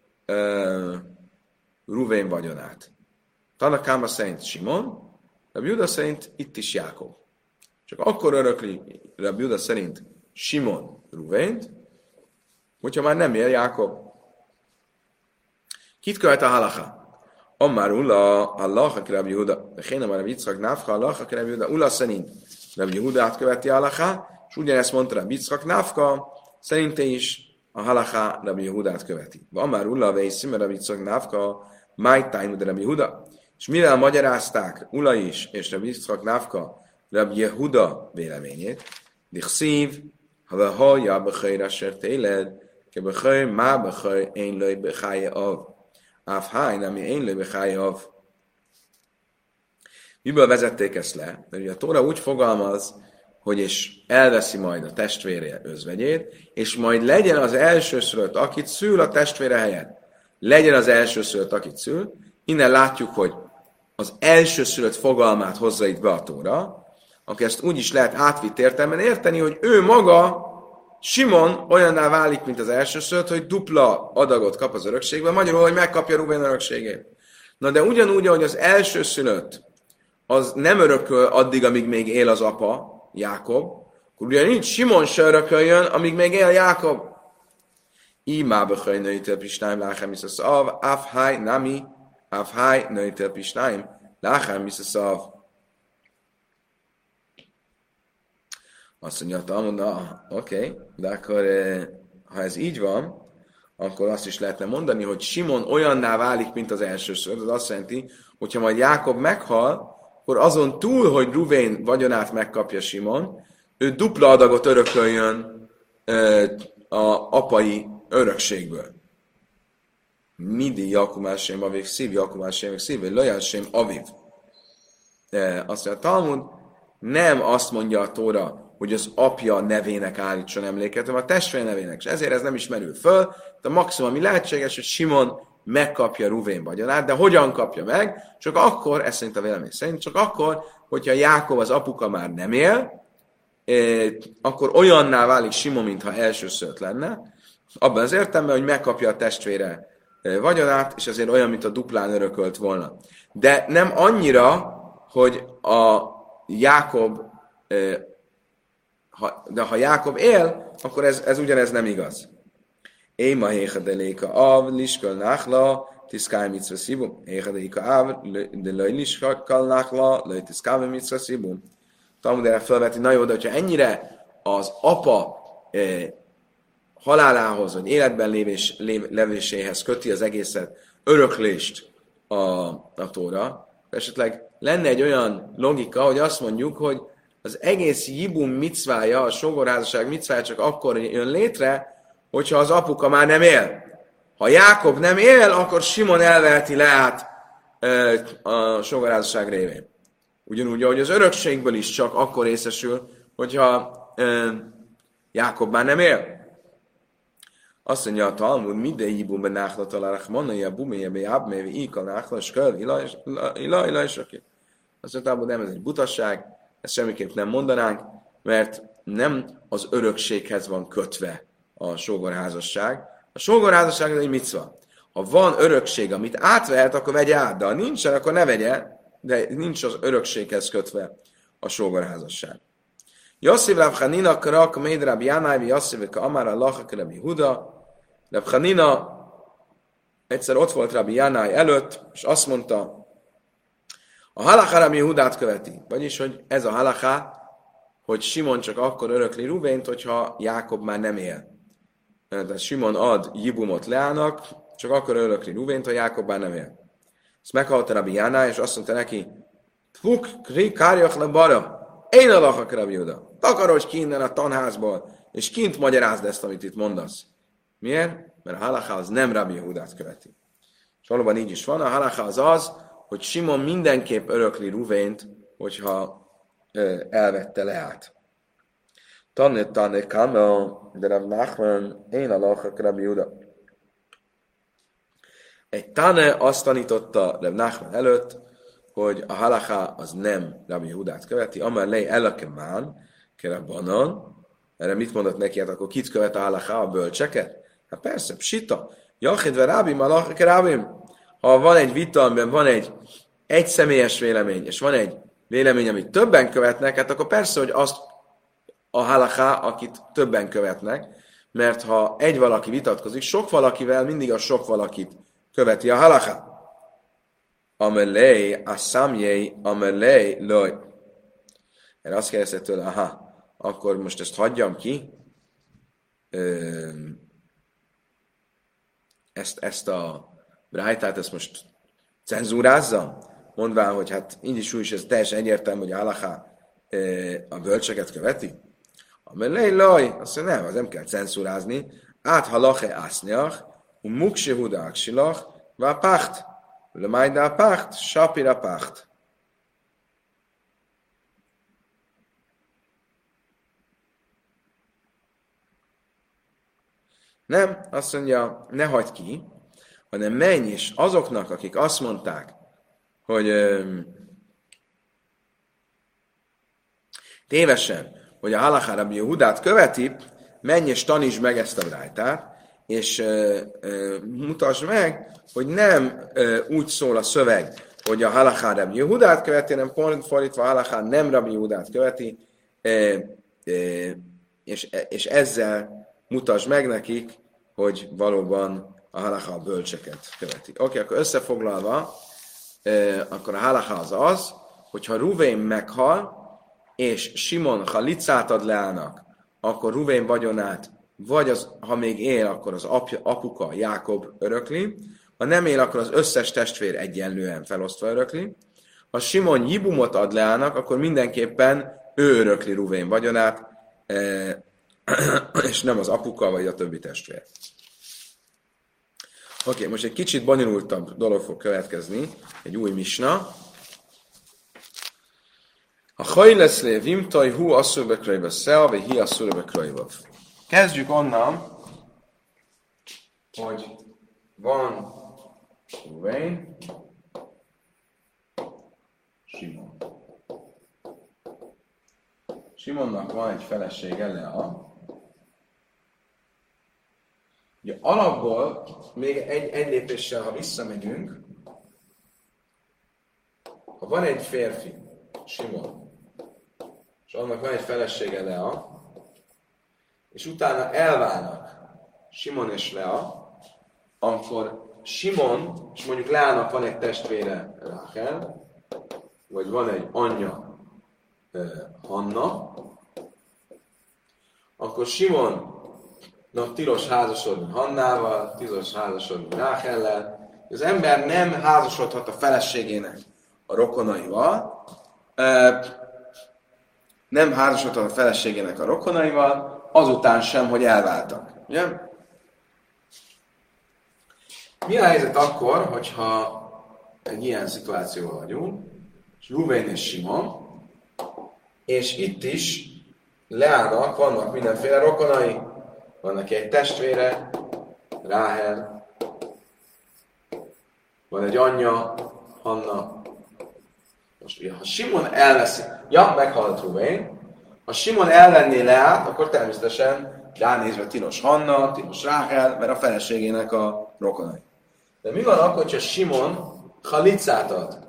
Ruvén vagyonát? Tanakáma szerint Simon, Rabbi Huda szerint itt is Jákob. Csak akkor örökli Rabbi Huda szerint Simon Ruvént, hogyha már nem él Jákob. Kit követ a halacha? Ammár Ulla, Allah, aki Rabbi Huda, Héna már Yitzchak Náfka, Allah, aki Rabbi Huda, Ulla szerint Rabbi Hudát követi a halacha, és ugyanezt mondta Rabbi Yitzchak Náfka, szerinte is a halacha Rabbi Hudát követi. Ammár Ulla, Veiszime Rabbi Yitzchak Náfka, Májtájmu de Rabbi Huda. És mivel magyarázták Ulla is, és Rabbi Yitzchak Náfka Rabbi Yehuda véleményét. Dichszív, ha hallja bechajra sertéled, ke bechaj, má bechaj, én löj bechaje av. Áfháj, nem én löj bechaje av. Miből vezették ezt le? Mert ugye a Tóra úgy fogalmaz, hogy és elveszi majd a testvére özvegyét, és majd legyen az elsőszülött, akit szül a testvére helyett. Legyen az elsőszülött, akit szül. Innen látjuk, hogy az elsőszülött fogalmát hozza itt be a Tóra, akkor ezt úgy is lehet átvitt értelemben érteni, hogy ő maga, Simon olyanná válik, mint az elsőszülött, hogy dupla adagot kap az örökségben, magyarul, hogy megkapja Rubén örökségét. Na de ugyanúgy, ahogy az elsőszülött, az nem örököl addig, amíg még él az apa, Jákob, akkor ugyanígy Simon se örököljön, amíg még él Jákob. Ímá bechaj nőitel pisnáim láchem iszaszav, áfháj nami, áfháj nőitel pisnáim láchem iszaszav. Azt mondja, Talmud, oké, de akkor ha ez így van, akkor azt is lehetne mondani, hogy Simon olyanná válik, mint az elsőször. Ez azt jelenti, hogyha majd Jákob meghal, akkor azon túl, hogy Ruvén vagyonát megkapja Simon, ő dupla adagot örököljön a apai örökségből. Midi Jakumásém aviv szív, Jakumásém szív, vagy Lajásém aviv. Azt mondja, a Talmud nem azt mondja a Tóra, hogy az apja nevének állítson emléket, hanem a testvére nevének, és ezért ez nem is merül föl. De maximum, ami lehetséges, hogy Simon megkapja Ruvén vagyonát, de hogyan kapja meg? Csak akkor, ez szerint a vélemény szerint, csak akkor, hogyha Jákob az apuka már nem él, akkor olyanná válik Simon, mintha elsőszülött lenne, abban az értelemben, hogy megkapja a testvére vagyonát, és ezért olyan, mint a duplán örökölt volna. De nem annyira, hogy a Jákob, de ha Jákob él, akkor ez ugyanez nem igaz. Éma héchadeléka av, liskal náhla, tiszkáj mitzva szibum. Héchadeléka av, de laj liskal náhla, laj tiszkáj mitzva szibum. Talmud erre felveti, na jó, de hogyha ennyire az apa halálához, vagy életben levéséhez köti az egészet, öröklést a Tóra, esetleg lenne egy olyan logika, hogy azt mondjuk, hogy az egész jibum micvája, a sógorházasság micvája csak akkor jön létre, hogyha az apuka már nem él. Ha Jákob nem él, akkor Simon elveheti Leát a sógorházasság révén. Ugyanúgy, ahogy az örökségből is csak akkor részesül, hogyha Jákob már nem él. Azt mondja a Talmud, midei bumbe náhla találak, mannaja buméje be jábméve íka náhla, és köl, ila, és aki. Azt mondja, Talmud, nem, ez egy butasság, ezt semmiképp nem mondanánk, mert nem az örökséghez van kötve a sógorházasság. A sógorházasság ez egy micva. Ha van örökség, amit átvehet, akkor vegye át, de ha nincsen, akkor ne vegye, de nincs az örökséghez kötve a sógorházasság. Yossif Rav Chanina krak meid Rabbi Yanai, Yossif ka amar Allah Rabbi Huda. Rav Chanina egyszer ott volt Rabbi Yanai előtt, és azt mondta, a halacha Rabbi Hudát követi. Vagyis, hogy ez a halacha, hogy Simon csak akkor örökli Ruvént, hogyha Jákob már nem él. Tehát Simon ad Jibumot Leának, csak akkor örökli Ruvént, ha Jákob már nem él. Ezt meghallta Rabbi Yanai, és azt mondta neki, Tvuk kri kárjak le bara, én alakak Rabbi Huda. Takarodj ki innen a tanházból, és kint magyarázd ezt, amit itt mondasz. Miért? Mert a halacha az nem Rabbi Hudát követi. És valóban így is van. A halacha az az, hogy Simon mindenképp örökli Ruvént, hogyha elvette Leát. Tanne kama, de Rav Nachman, én alakak Rabbi Huda. Egy Tane azt tanította Rav Nachman előtt, hogy a halacha az nem Rabbi Hudát követi, amár lej elakemán, Rabbanan. Erre mit mondott neki? Hát akkor kit követ a halacha, a bölcseket? Hát persze, psita. Jachidve rábim, alakak rábim. Ha van egy vita, amiben van egy személyes vélemény, és van egy vélemény, amit többen követnek, hát akkor persze, hogy azt a halacha, akit többen követnek, mert ha egy valaki vitatkozik, sok valakivel mindig a sok valakit követi a halacha. Amelé, a számjé, amelé, loj. Erre azt kérdezte tőle, akkor most ezt hagyjam ki, ezt a brájtát, ezt most cenzúrázzam, mondván, hogy hát így is úgy is ez teljesen egyértelmű, hogy a halacha a bölcseket követi? Amelé laj, azt mondja, nem, az nem kell cenzúrázni. Áthalache ásznyach, mukse hudák silach, vá pacht. Le majdá pacht, sapira pacht. Nem, azt mondja, ne hagyd ki, hanem menj is azoknak, akik azt mondták, hogy tévesen, hogy a Halachá Rabbi Jehudát követi, menj és tanítsd meg ezt a brájtát, és mutasd meg, hogy nem úgy szól a szöveg, hogy a Halachá Rabbi Jehudát követi, hanem pont fordítva a Halachá nem Rabbi Jehudát követi, és ezzel mutasd meg nekik, hogy valóban a halacha a bölcseket követi. Oké, akkor összefoglalva, akkor a halacha az, hogyha Ruvén meghal, és Simon halicát ad Leának, akkor Ruvén vagyonát, vagy ha még él, akkor az apuka Jákob örökli, ha nem él, akkor az összes testvér egyenlően felosztva örökli. Ha Simon Jibumot ad Leának, akkor mindenképpen ő örökli Ruvén vagyonát, és nem az apuka, vagy a többi testvér. Oké, most egy kicsit bonyolultabb dolog fog következni, egy új misna. A hajleszlé vimtaj hu asszurbekrajva szea, vagy hi asszurbekrajva. Kezdjük onnan, hogy van Ruvén, Simon. Simonnak van egy felesége, Lea. Ugye alapból még egy lépéssel, ha visszamegyünk, ha van egy férfi, Simon, és annak van egy felesége, Lea, és utána elválnak Simon és Lea, akkor Simon, és mondjuk Leának van egy testvére, Ráhel, vagy van egy anyja, Hanna, akkor Simonnak tilos házasodni Hannával, tilos házasodni Ráhellel. Az ember nem házasodhat a feleségének a rokonaival, azután sem, hogy elváltak. Ugye? Mi a helyzet akkor, hogyha egy ilyen szituációval vagyunk, és Ruvén és Simon, és itt is Leának vannak mindenféle rokonai. Van neki egy testvére, Ráhel, van egy anyja, Hanna. Most ugye, ha Simon elveszi, meghalt Ruvén, ha Simon elvenné Leát, akkor természetesen ránézve tilos Hanna, tilos Ráhel, mert a feleségének a rokonai. De mi van akkor, hogyha Simon halicát ad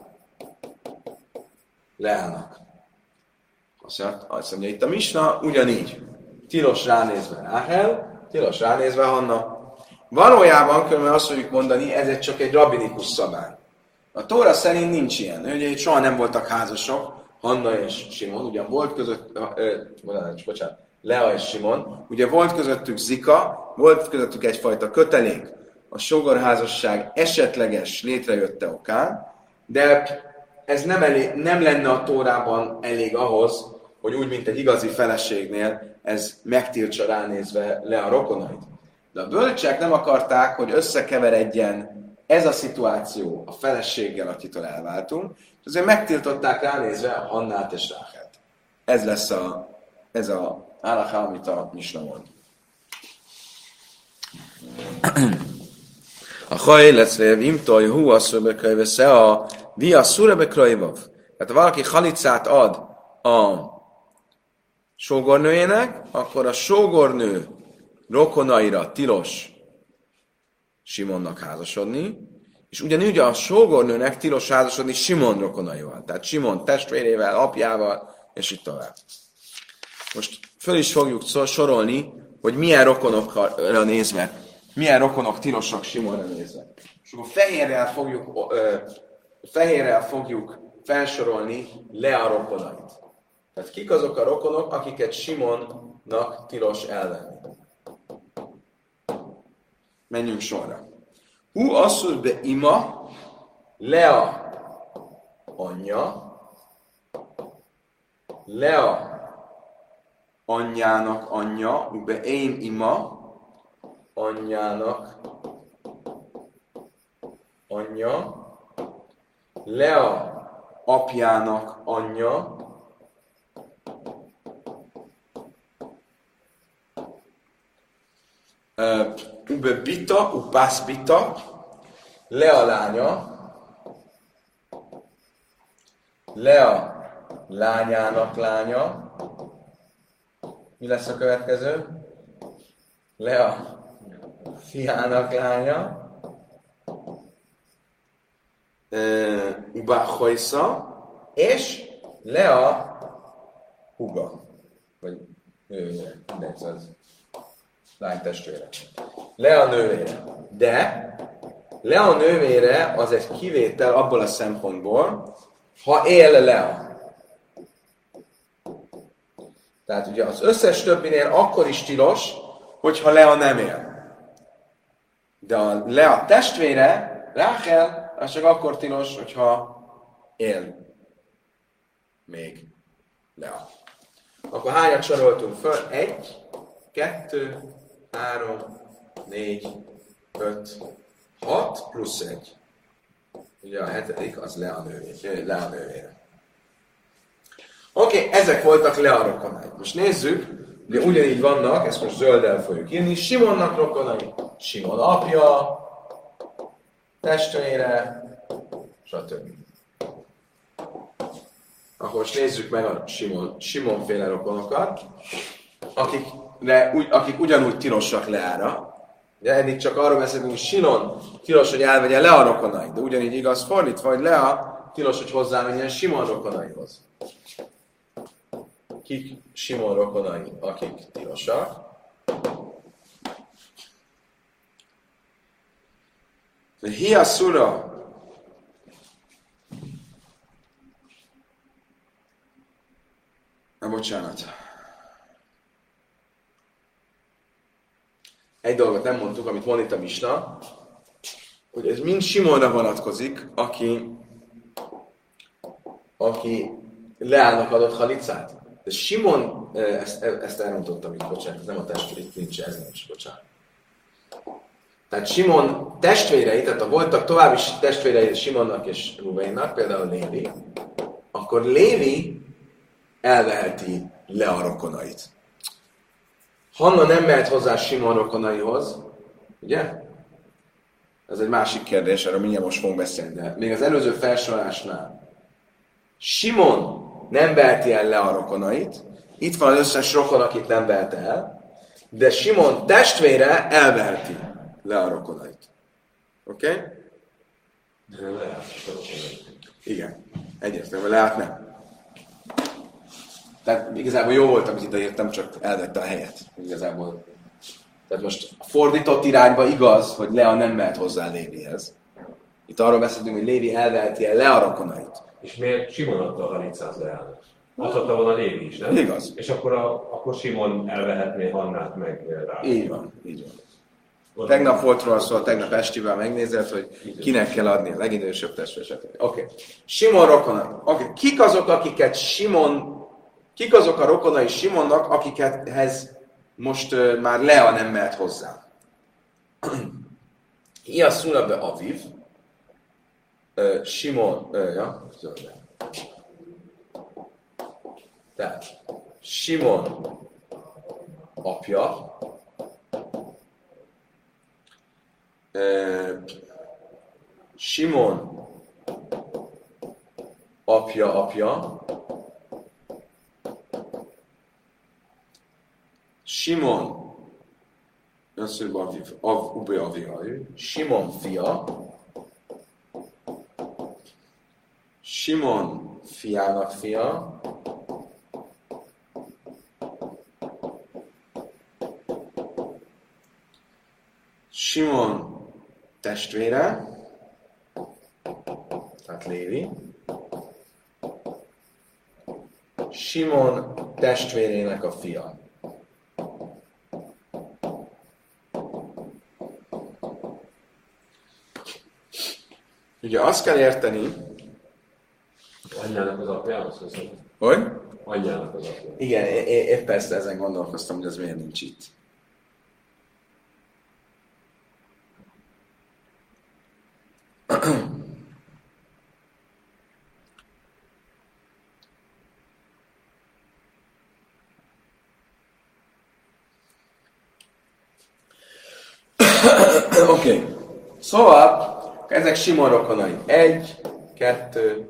Leának? Azt mondja itt a misna, ugyanígy. Tilos ránézve Ráhel, tilos ránézve Hanna. Valójában, különben azt fogjuk mondani, ez csak egy rabbinikus szabály. A Tóra szerint nincs ilyen. Ugye itt soha nem voltak házasok, Hanna és Simon, ugyan volt között, Lea és Simon, ugye volt közöttük zika, volt közöttük egyfajta kötelék, a sógorházasság esetleges létrejötte okán, de ez nem lenne a Tórában elég ahhoz, hogy úgy, mint egy igazi feleségnél, ez megtiltsa ránézve le a rokonait. De a bölcsek nem akarták, hogy összekeveredjen ez a szituáció a feleséggel, akitől elváltunk, és azért megtiltották ránézve a Hannát és Ráhelt. Ez lesz ez a halacha, amit a misna mond. A hajlecve vimtoj hu asszurbekrajva szea vi asszurbekrajvav. Tehát ha valaki halicát ad a sógornőjének, akkor a sógornő rokonaira tilos Simonnak házasodni, és ugyanúgy a sógornőnek tilos házasodni Simon rokonaival. Tehát Simon testvérével, apjával, és így tovább. Most föl is fogjuk sorolni, hogy milyen rokonokra nézve, milyen rokonok tilosak Simonra nézve. És akkor fehérrel fogjuk felsorolni Lea rokonait. Tehát kik azok a rokonok, akiket Simonnak tilos elvenni. Menjünk sorra. Hu asszur be ima, Lea anyja, Lea anyjának anyja, be én ima anyjának anyja, Lea apjának anyja, Ube bita, upász bita, Lea lánya, Lea lányának lánya. Mi lesz a következő? Lea fiának lánya. Uba hojsza, és Lea húga. Vagy nővére. Mindegy, az lány testvére. Lea nővére. De Lea nővére az egy kivétel abból a szempontból, ha él Lea. Tehát ugye az összes többinél akkor is tilos, hogyha Lea nem él. De a Lea testvére, Ráhel, az csak akkor tilos, hogyha él még Lea. Akkor hányat soroltunk föl? 1, 2, 3, 4, 5, 6 plusz 1. Ugye a 7. az Lea nővére. Oké, ezek voltak Lea rokonai. Most nézzük, ugye ugyanígy vannak, ezt most zölddel fogjuk írni, Simonnak rokonai, Simon apja, testvére, stb. Akkor most nézzük meg a Simonféle rokonokat, akik ugyanúgy tilosak Leára. De eddig csak arról beszélünk, hogy Simon tilos, hogy elvegye Lea rokonait, de ugyanígy igaz fordítva, hogy Lea tilos, hogy hozzámenjen Simon rokonaihoz. Kik Simon rokonai, akik tilosak? Hiaszura. Bocsánat. Egy dolgot nem mondtuk, amit mond itt a Misna, hogy ez mind Simonra vonatkozik, aki Leának adott halicát. De Simon, ezt elrontottam itt, bocsánat, nem a testvére, itt nincs, ez nincs, bocsánat. Tehát Simon testvérei, tehát ha voltak további testvérei Simonnak és Ruvénnak, például Lévi, akkor Lévi elveheti Lea rokonait. Hanna nem mehet hozzá Simon rokonaihoz, ugye? Ez egy másik kérdés, erről mindjárt most fogunk beszélni, de még az előző felsorolásnál Simon nem veheti el Lea rokonait, itt van az összes rokon, akit nem vehet el, de Simon testvére elveheti Lea rokonait. Oké? Okay? De nem lehet a rokonait. Igen, egyértelműen Leát nem. Tehát igazából jó volt, amit ide írtam, csak elvette a helyet. Igazából. Tehát most a fordított irányba igaz, hogy Lea nem mehet hozzá Lévihez. Itt arról beszélünk, hogy Lévi elveheti el Lea rokonait. És miért Simon adta a halicát Leának? Adhatta volna Lévi is, nem? Igaz. És akkor Simon elvehetné Hannát meg rá. Így van, így van. Tegnap volt róla szó, tegnap estivel megnézett, hogy kinek kell adni a legidősebb testvére. Oké. Simon rokonai. Oké. Kik azok a rokonai Simonnak, akikhez most már Lea nem mehet hozzá? Ilyen szúna be Aviv. Simon, zöldben. Tehát Simon apja, Simon apja, Simon, Simon fia, Simon fiának fia, Simon testvére, tehát Lévi, Simon testvérének a fia. Ugye azt kell érteni, Anyjának az apjához hozzá. hogy? anyjának az apja. Igen, épp ezt ezen gondolkoztam, hogy az miért nincs itt. Oké. Szóval, ezek Simon rokonai. 1, 2,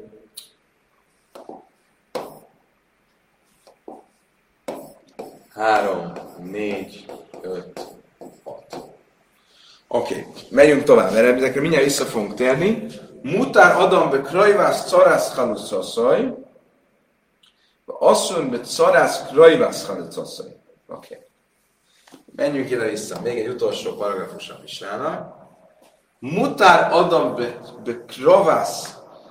3, 4, 5, 6. Oké, megyünk tovább, mert ezekre mindjárt vissza fogunk térni. Mutár Adam be krajvász carász haluszaszaj, asszony be carász krajvász haluszaszaj. Oké. Menjünk ide vissza, még egy utolsó paragrafus a Misnának. Mutár Adam be krajvász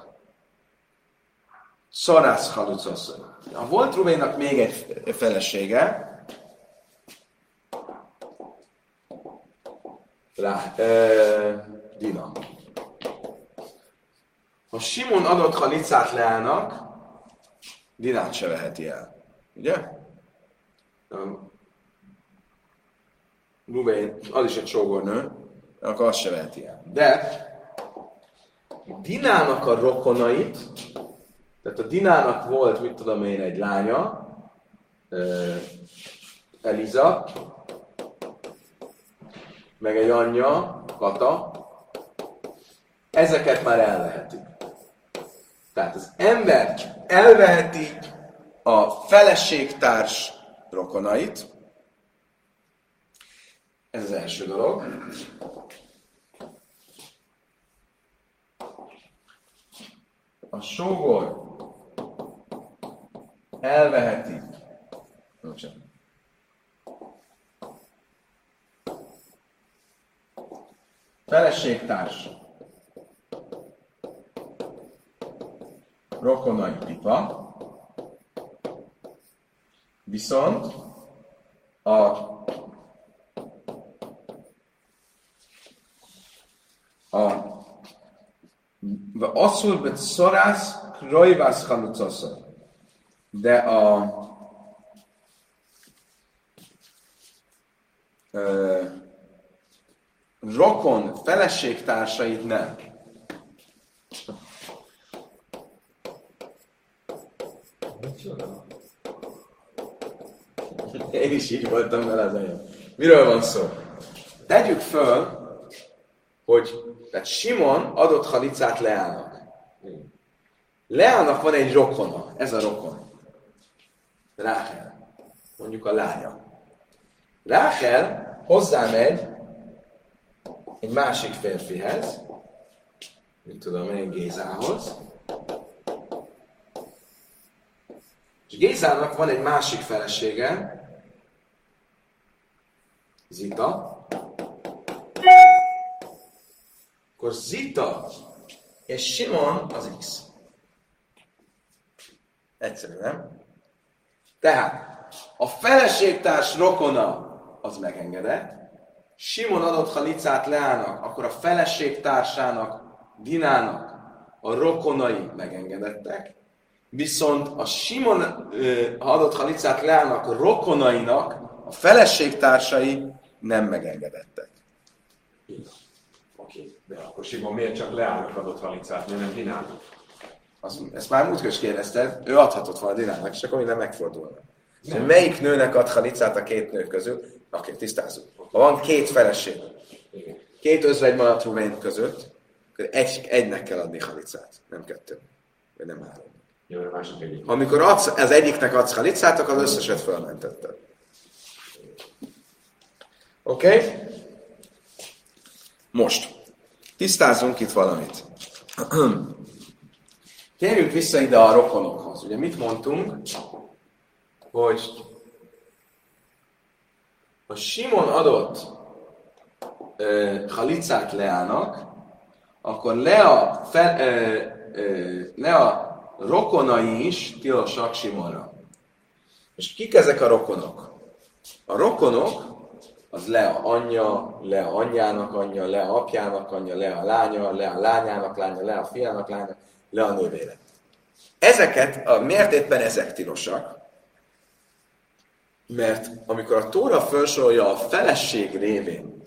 carász haluszaszaj. Volt Ruvénnak még egy felesége, Dina. Ha Simon adott halicát Leának, Dinát se veheti el. Ugye? Ruvén, az is egy sógornő, akkor azt se veheti el. De Dinának a rokonait, tehát a Dinának volt, mit tudom én, egy lánya, Eliza, meg egy anyja, Kata, ezeket már elvehetik. Tehát az ember elveheti a feleségtárs rokonait, ez az első dolog. A sógor elveheti feleségtárs rokonai pipa, viszont asszul bet szorász krajvász halucaszor. De a rokon feleségtársait nem. Én is így voltam vele az anyám. Miről van szó? Tegyük föl, hogy tehát Simon adott halicát Leának. Leának van egy rokona, ez a rokon. Ráhel, mondjuk a lánya. Ráhel hozzámegy egy másik férfihez, mit tudom én, Gézához, és Gézának van egy másik felesége, Zita, akkor Zita és Simon az X. Egyszerű, nem? Tehát a feleségtárs rokona az megengedett, Simon adott halicát Leának, akkor a feleségtársának, Dinának a rokonai megengedettek, viszont a Simon adott halicát Leának a rokonainak a feleségtársai nem megengedettek. Oké, de akkor Simon miért csak Leának adott halicát, miért nem Dinának? Ezt már múltkor is kérdezted, ő adhatott volna Dinának, és akkor minden megfordulna. Melyik nőnek ad halicát a két nő közül? Oké, tisztázzuk. Ha van két feleség, két özvegy maradt Ruvén között, akkor egynek kell adni halicát, nem kettő, vagy nem három. Jó, a másik egyik. Amikor az egyiknek adsz halicát, akkor az összeset felmentetted. Oké? Most. Tisztázzunk itt valamit. Térjünk vissza ide a rokonokhoz. Ugye mit mondtunk? Hogy ha Simon adott halicát Leának, akkor Lea rokonai is tilosak Simonra. És kik ezek a rokonok? A rokonok az Lea anyja, Lea anyjának anyja, Lea apjának anyja, Lea lánya, Lea lányának lánya, Lea fiának lánya, Lea nővére. miért éppen ezek tilosak? Mert amikor a Tóra felsorolja a feleség révén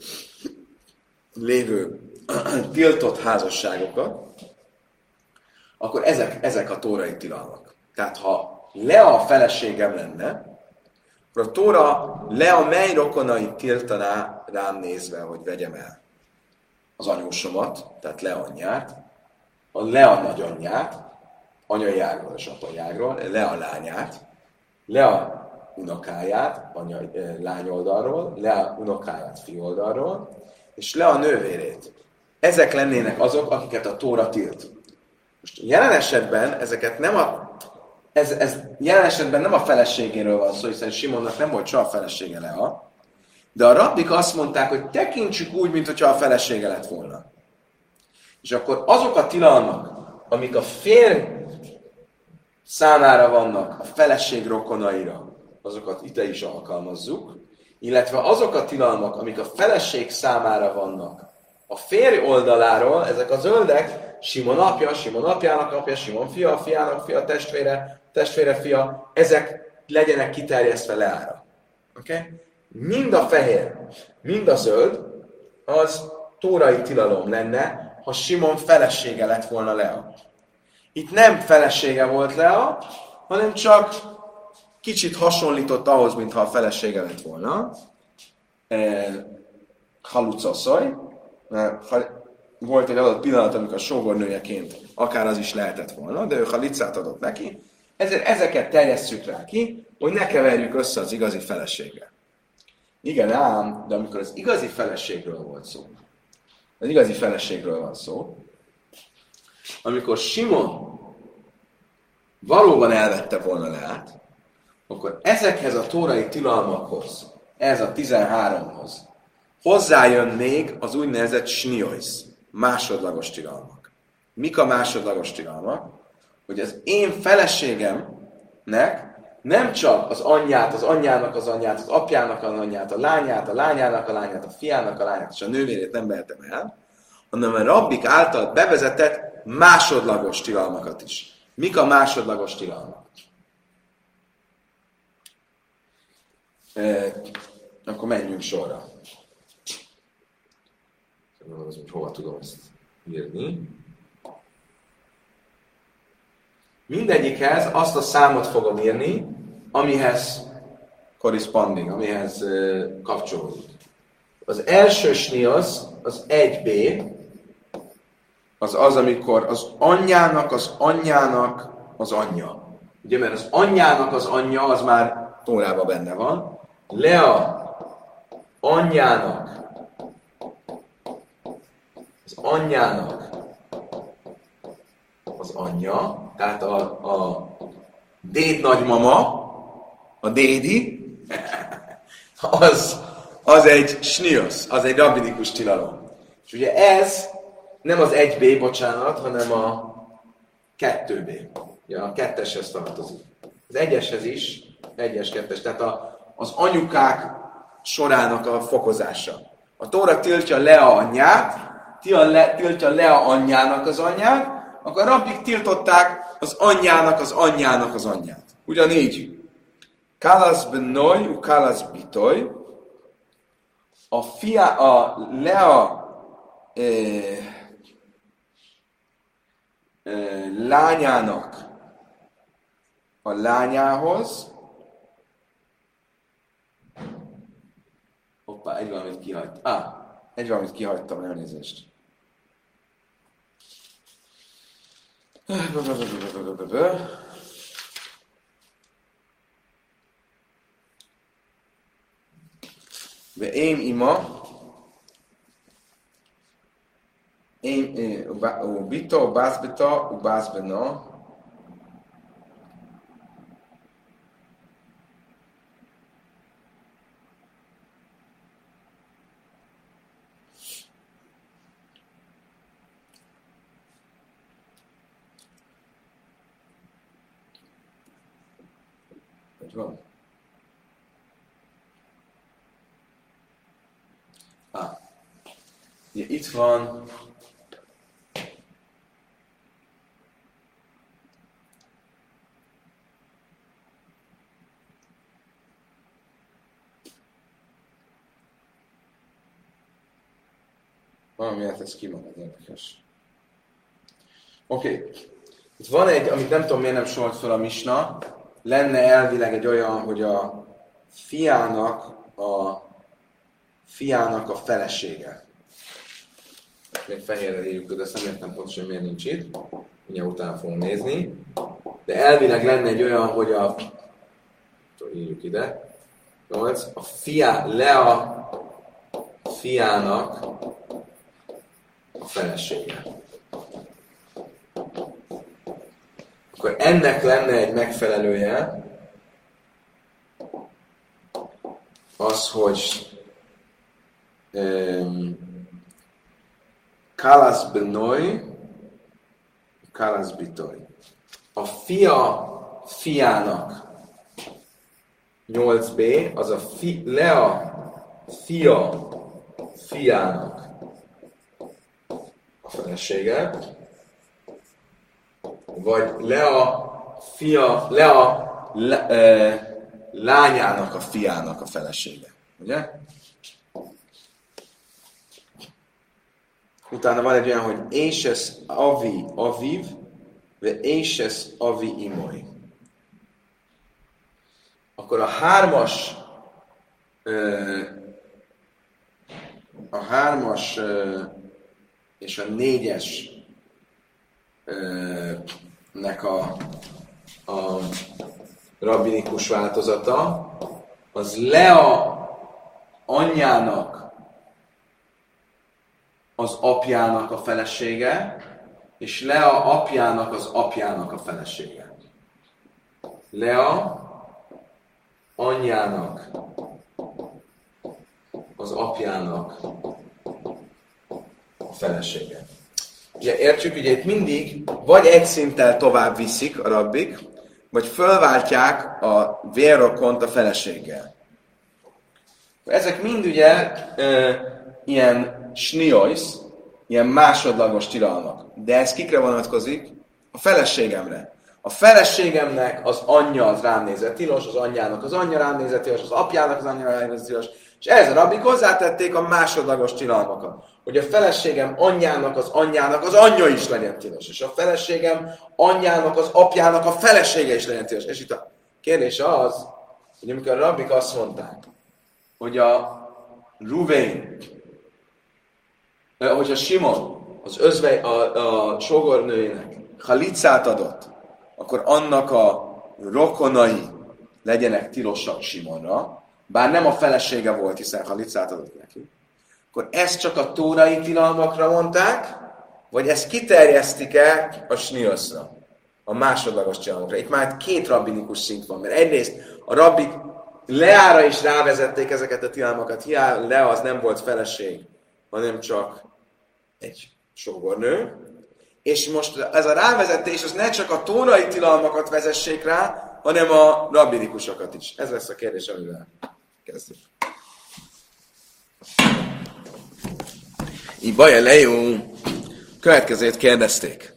lévő tiltott házasságokat, akkor ezek a tórai tilalmak. Tehát ha Lea a feleségem lenne, akkor a Tóra Lea mely rokonait tiltaná rám nézve, hogy vegyem el? Az anyósomat, tehát Lea anyját, a Lea nagyanyját, anyai ágról és apai ágról, Lea lányát, Lea unokáját, lány oldalról, Lea unokáját fiú oldalról, és Lea nővérét. Ezek lennének azok, akiket a Tóra tilt. Most jelen esetben ezeket jelen esetben nem a feleségéről van szó, hiszen Simonnak nem volt soha felesége Lea, de a rabbik azt mondták, hogy tekintsük úgy, mintha a felesége lett volna. És akkor azok a tilalmak, amik a férj számára vannak, a feleség rokonaira, azokat ide is alkalmazzuk, illetve azok a tilalmak, amik a feleség számára vannak, a férj oldaláról, ezek a zöldek, Simon apja, Simon apjának apja, Simon fia, fiának fia, testvére fia, ezek legyenek kiterjesztve Leára. Okay? Mind a fehér, mind a zöld, az tórai tilalom lenne, ha Simon felesége lett volna Lea. Itt nem felesége volt Lea, hanem csak kicsit hasonlított ahhoz, mintha a felesége lett volna. Halucoszoj. Volt egy adott pillanat, amikor sógornőjeként akár az is lehetett volna, de ő halicát adott neki. Ezért ezeket terjesszük rá ki, hogy ne keverjük össze az igazi feleséggel. Igen ám, de amikor az igazi feleségről volt szó, az igazi feleségről van szó, amikor Simon valóban elvette volna Leát, akkor ezekhez a tórai tilalmakhoz, ez a 13-hoz, hozzájön még az úgynevezett snioisz, másodlagos tilalmak. Mik a másodlagos tilalmak? Hogy az én feleségemnek nem csak az anyját, az anyjának az anyját, az apjának az anyját, a lányának a lányát, a fiának a lányát és a nővérét nem vehetem el, hanem a rabbik által bevezetett másodlagos tilalmakat is. Mik a másodlagos tilalmak? Akkor menjünk sorra. Hogy hova tudom ezt írni. Mindegyikhez azt a számot fogom írni, amihez corresponding, amihez kapcsolódik. Az első sniosz, az 1b, az, amikor az anyjának az anyjának az anyja. Ugye, mert az anyjának az anyja, az már Tórában benne van. Lea anyjának az anyja, tehát a déd nagymama, a dédi, az egy sniosz, az egy rabbinikus tilalom. És ugye ez nem az 1b, bocsánat, hanem a 2b. Ja, a 2-eshez tartozik. Az 1-eshez is, 1-es, 2-es, tehát az anyukák sorának a fokozása. A Tóra tiltja Lea anyját, tiltja Lea anyjának az anyját, akkor a rabbik tiltották az anyjának az anyjának az anyját. Ugyanígy, Kálasz benoj, u Kálasz bitoj, a Lea lányának a lányához, hoppá, egy valamit kihagytam. Egy valamit kihagytam, elnézést. De én ima, bita, bászbita, bászbena, hogy van? Ugye itt van Valamiért ez kimarad, érdekes. Oké. Itt van egy, amit nem tudom miért nem sorolt fel a misna, lenne elvileg egy olyan, hogy a fiának a felesége. Még fehérre írjuk, de ezt nem értem pontosan, miért nincs itt. Mindjárt utána fogunk nézni. De elvileg lenne egy olyan, hogy írjuk ide. A Lea fiának a felesége. Akkor ennek lenne egy megfelelője, az, hogy Kalasz Benoy, Kalasz Bitoy. A fiának 8b, az a Lea fiának a felesége, vagy lányának a fiának a felesége. Ugye? Utána van egy olyan, hogy Éses avi aviv, vagy Éses avi imoly. Akkor a hármas és a négyes nek a rabbinikus változata, az Lea anyjának az apjának a felesége, és Lea apjának az apjának a felesége. Lea anyjának az apjának a felesége. Ugye értjük, ugye itt mindig vagy egy szinttel tovább viszik a rabbik, vagy fölváltják a vérrokont a feleséggel. Ezek mind ugye ilyen sniojsz, ilyen másodlagos tilalmak. De ez kikre vonatkozik? A feleségemre. A feleségemnek az anyja az rám nézett tilos, az anyjának az anyja rám nézett tilos, az apjának az anyja rám nézett tilos, és ehhez a rabbik hozzátették a másodlagos tilalmakat. Hogy a feleségem anyjának az anyja is legyen tilos, és a feleségem anyjának az apjának a felesége is legyen tilos. És itt a kérdés az, hogy amikor a rabbik azt mondták, hogy a Ruvén, hogy a Simon, a sógornőjének halicát adott, akkor annak a rokonai legyenek tilosak Simonra, bár nem a felesége volt, hiszen halicát adott neki. Akkor ezt csak a tórai tilalmakra mondták, vagy ezt kiterjesztik-e a snioszra, a másodlagos tilalmakra. Itt már két rabbinikus szint van, mert egyrészt a rabbik Leára is rávezették ezeket a tilalmakat, hiába Lea az nem volt feleség, hanem csak egy sógornő, és most ez a rávezetés az ne csak a tórai tilalmakat vezessék rá, hanem a rabbinikusokat is. Ez lesz a kérdés, amivel kezdjük. Ibaja lejú, következőt kérdezték.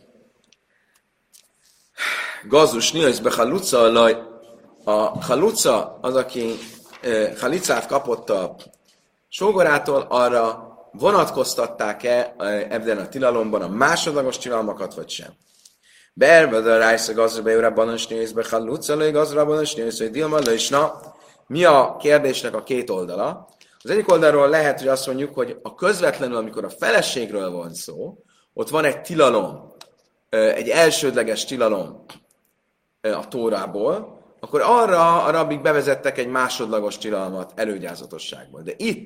Gazus nioszbe haluca, a haluca az, aki halicát kapott a sógorától, arra vonatkoztatták-e ebben a tilalomban a másodlagos tilalmakat, vagy sem? Beerved a rájsz gazra bejóra is nioszbe haluca, gazra is nioszbe dilma na. Mi a kérdésnek a két oldala? Az egyik oldalról lehet, hogy azt mondjuk, hogy a közvetlenül, amikor a feleségről van szó, ott van egy tilalom, egy elsődleges tilalom a Tórából, akkor arra a rabbik bevezettek egy másodlagos tilalmat előgyázatosságból. De itt,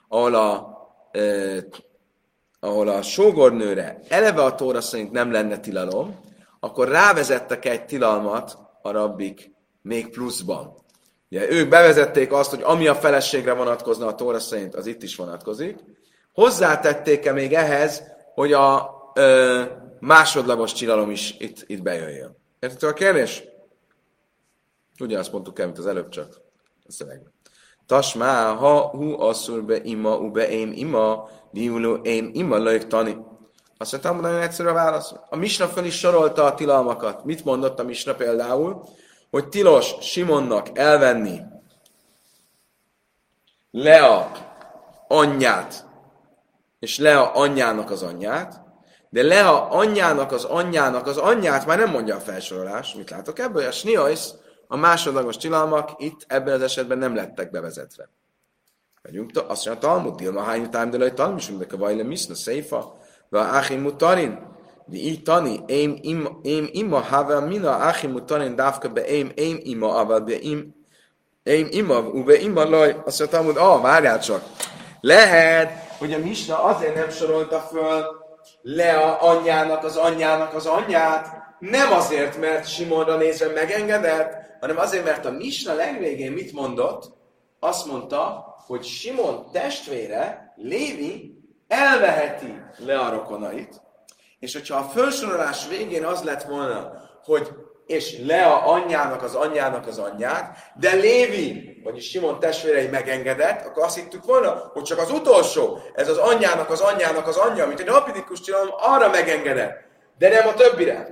ahol a sógornőre eleve a Tóra szerint nem lenne tilalom, akkor rávezettek egy tilalmat a rabbik még pluszban. Ugye, ők bevezették azt, hogy ami a feleségre vonatkozna a Tóra szerint, az itt is vonatkozik. Hozzátették-e még ehhez, hogy a másodlagos tilalom is itt bejöjjön. Értető a kérdés? Ugyanazt mondtuk el, mint az előbb, csak a szövegben. Tasmá, ha hu asszur be ima, ube én ima, diuló én ima lők tani. Azt mondtam, nagyon egyszerű a válasz. A misna föl is sorolta a tilalmakat. Mit mondott a misna például? Hogy tilos Simonnak elvenni Lea anyját és Lea anyjának az anyját, de Lea anyjának az anyját már nem mondja a felsorolás. Mit látok ebből? A sniajsz, a másodlagos tilalmak itt ebben az esetben nem lettek bevezetve. Megyünk, azt mondja, Talmud, Dilma, hányi támdelai Talmisunk, de kavajle miszna, széfa, ve áhim mutarin, de így tani, ém ima, havel mina, áhim mutarin, dávka be ém ima, avel be ém ima, ube ima laj, azt mondja, Talmud, várjál csak. Lehet, hogy a misna azért nem sorolta föl Lea anyjának az anyját, nem azért, mert Simonra nézve megengedett, hanem azért, mert a misna legvégén mit mondott? Azt mondta, hogy Simon testvére, Lévi, elveheti Lea rokonait, és hogyha a felsorolás végén az lett volna, hogy és Lea anyjának az anyját, de Lévi, vagyis Simon testvérei megengedett, akkor azt hittük volna, hogy csak az utolsó, ez az anyjának az anyja, mint egy rapidikus tilalom, arra megengedett, de nem a többire.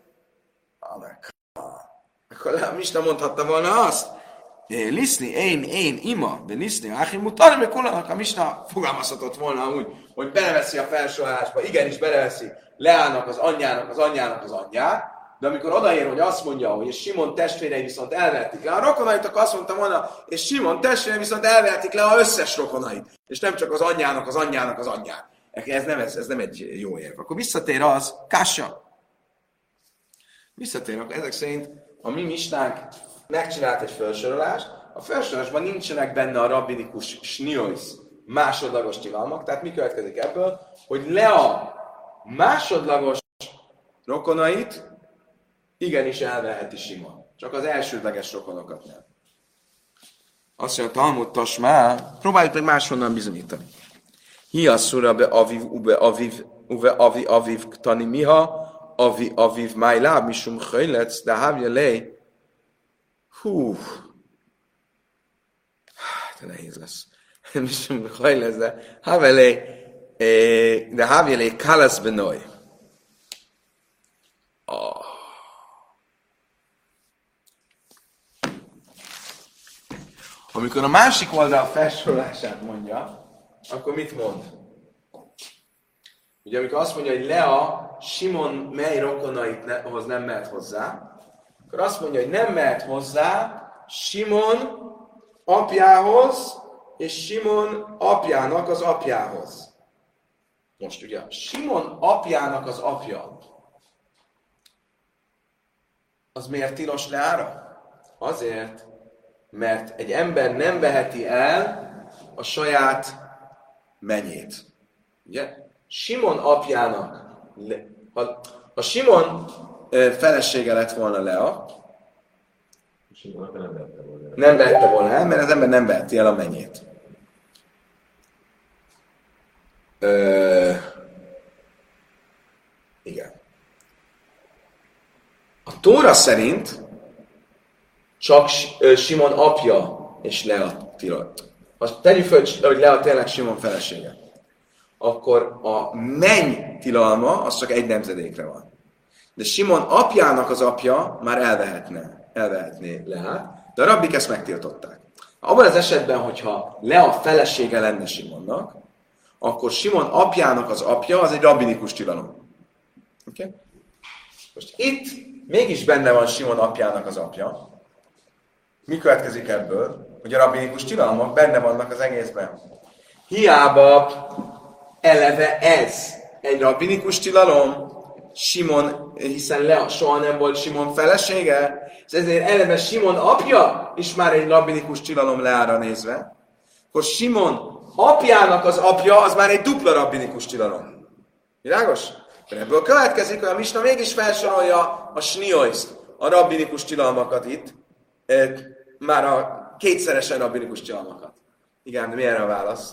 Akkor a misna mondhatta volna azt, Liszni, én, ima, de liszni, áhim, mutar, meg kullanak, a misna fogalmazhatott volna úgy, hogy beleveszi a felsorolásba, igenis beleveszi Leának az anyjának az anyját, de amikor odaér, hogy azt mondja, hogy és Simon testvérei viszont elvertik le a rokonait, akkor azt mondta volna, és Simon testvérei viszont elvertik le az összes rokonait, és nem csak az anyjának az anyját. Ez nem egy jó érv. Akkor visszatér az, kassa. Visszatérnek, ezek szerint a mi misnánk megcsinált egy felsorolást, a felsorolásban nincsenek benne a rabbinikus snioisz másodlagos tilalmak, tehát mi következik ebből, hogy Lea másodlagos rokonait igenis elveheti Simon, csak az elsődleges rokonokat nem. Azt mondja, Talmud Tasmá, próbáljuk meg máshonnan bizonyítani. Hiasszura be aviv, uve aviv tani miha, aviv májláb, misum hajlec, de hávja lej. De nehéz lesz. Misum hajlec, de hávja lej, kalasz benoj. Amikor a másik oldal felsorolását mondja, akkor mit mond? Ugye amikor azt mondja, hogy Lea Simon mely rokonaithoz nem mehet hozzá, akkor azt mondja, hogy nem mehet hozzá Simon apjához és Simon apjának az apjához. Most ugye Simon apjának az apja, az miért tilos Leára? Azért, mert egy ember nem veheti el a saját menyét. Ugye? Simon apjának, ha Simon felesége lett volna Lea, nem vehette volna el, mert az ember nem veheti el a menyét. Igen. A Tóra szerint csak Simon apja és Lea tilos. Ha tegyük föl, hogy Lea tényleg Simon felesége, akkor a menny tilalma az csak egy nemzedékre van. De Simon apjának az apja már elvehetné Leát, de a rabbik ezt megtiltották. Abban az esetben, hogyha Lea felesége lenne Simonnak, akkor Simon apjának az apja az egy rabbinikus tilalom. Okay? Most itt mégis benne van Simon apjának az apja. Mi következik ebből? Hogy a rabbinikus tilalmak benne vannak az egészben. Hiába eleve ez egy rabbinikus tilalom, Simon, hiszen Lea soha nem volt Simon felesége, és ezért eleve Simon apja is már egy rabbinikus tilalom Leára nézve, akkor Simon apjának az apja az már egy dupla rabbinikus tilalom. Világos? De ebből következik, hogy a misna mégis felsorolja a snioiszt, a rabbinikus tilalmakat itt, már a kétszeresen rabbinikus tilalmakat. Igen, de mi erre a válasz?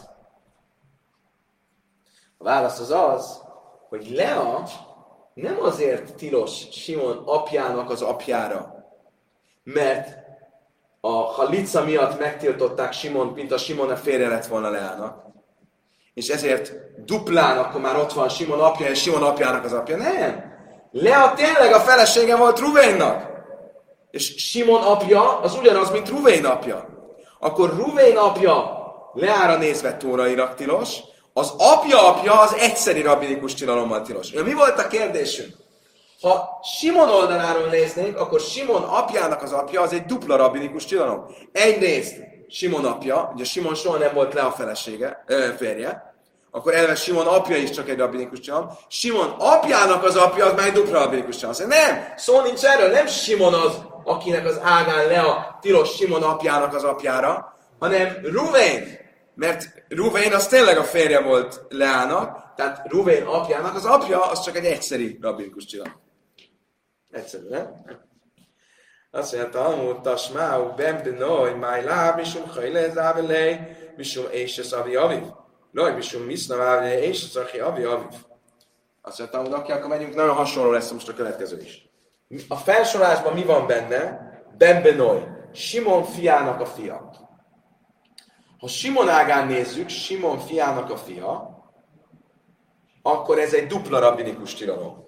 A válasz az az, hogy Lea nem azért tilos Simon apjának az apjára, mert a halica miatt megtiltották Simont, mint a Simon a férje lett volna Leának, és ezért duplán akkor már ott van Simon apja és Simon apjának az apja. Nem! Lea tényleg a felesége volt Ruvénnak, és Simon apja az ugyanaz, mint Ruvén apja. Akkor Ruvén apja Leára nézve tórailag tilos, az apja az egyszeri rabbinikus tilalommal tilos. Mi volt a kérdésünk? Ha Simon oldaláról néznénk, akkor Simon apjának az apja az egy dupla rabbinikus tilalom. Egyrészt Simon apja, ugye Simon soha nem volt le a férje, akkor eleve Simon apja is csak egy rabbinikus tilalom. Simon apjának az apja az már egy dupla rabbinikus tilalom. Nem, szó nincs erről, nem Simon az, akinek az ágán le a tilos Simon apjának az apjára, hanem Ruvén. Mert Ruvén az tényleg a férje volt Leának, tehát Ruvén apjának az apja az csak egy egyszeri rabbinikus tilalom. Egyszerű, nem? Azt mondja, Talmud, Tasmáu, Bembenoj, Májlá, Misum, Hajle, Závelej, Misum, Éses, Avi, Aviv. Loj, Misum, Miszna, Vávelej, Éses, Avi, Aviv. Azt mondja, Talmud, akkor megyünk, nagyon hasonló lesz most a következő is. A felsorolásban mi van benne? Bembenoj, Simon fiának a fia. Ha Simon ágán nézzük, Simon fiának a fia, akkor ez egy dupla rabbinikus tilalom.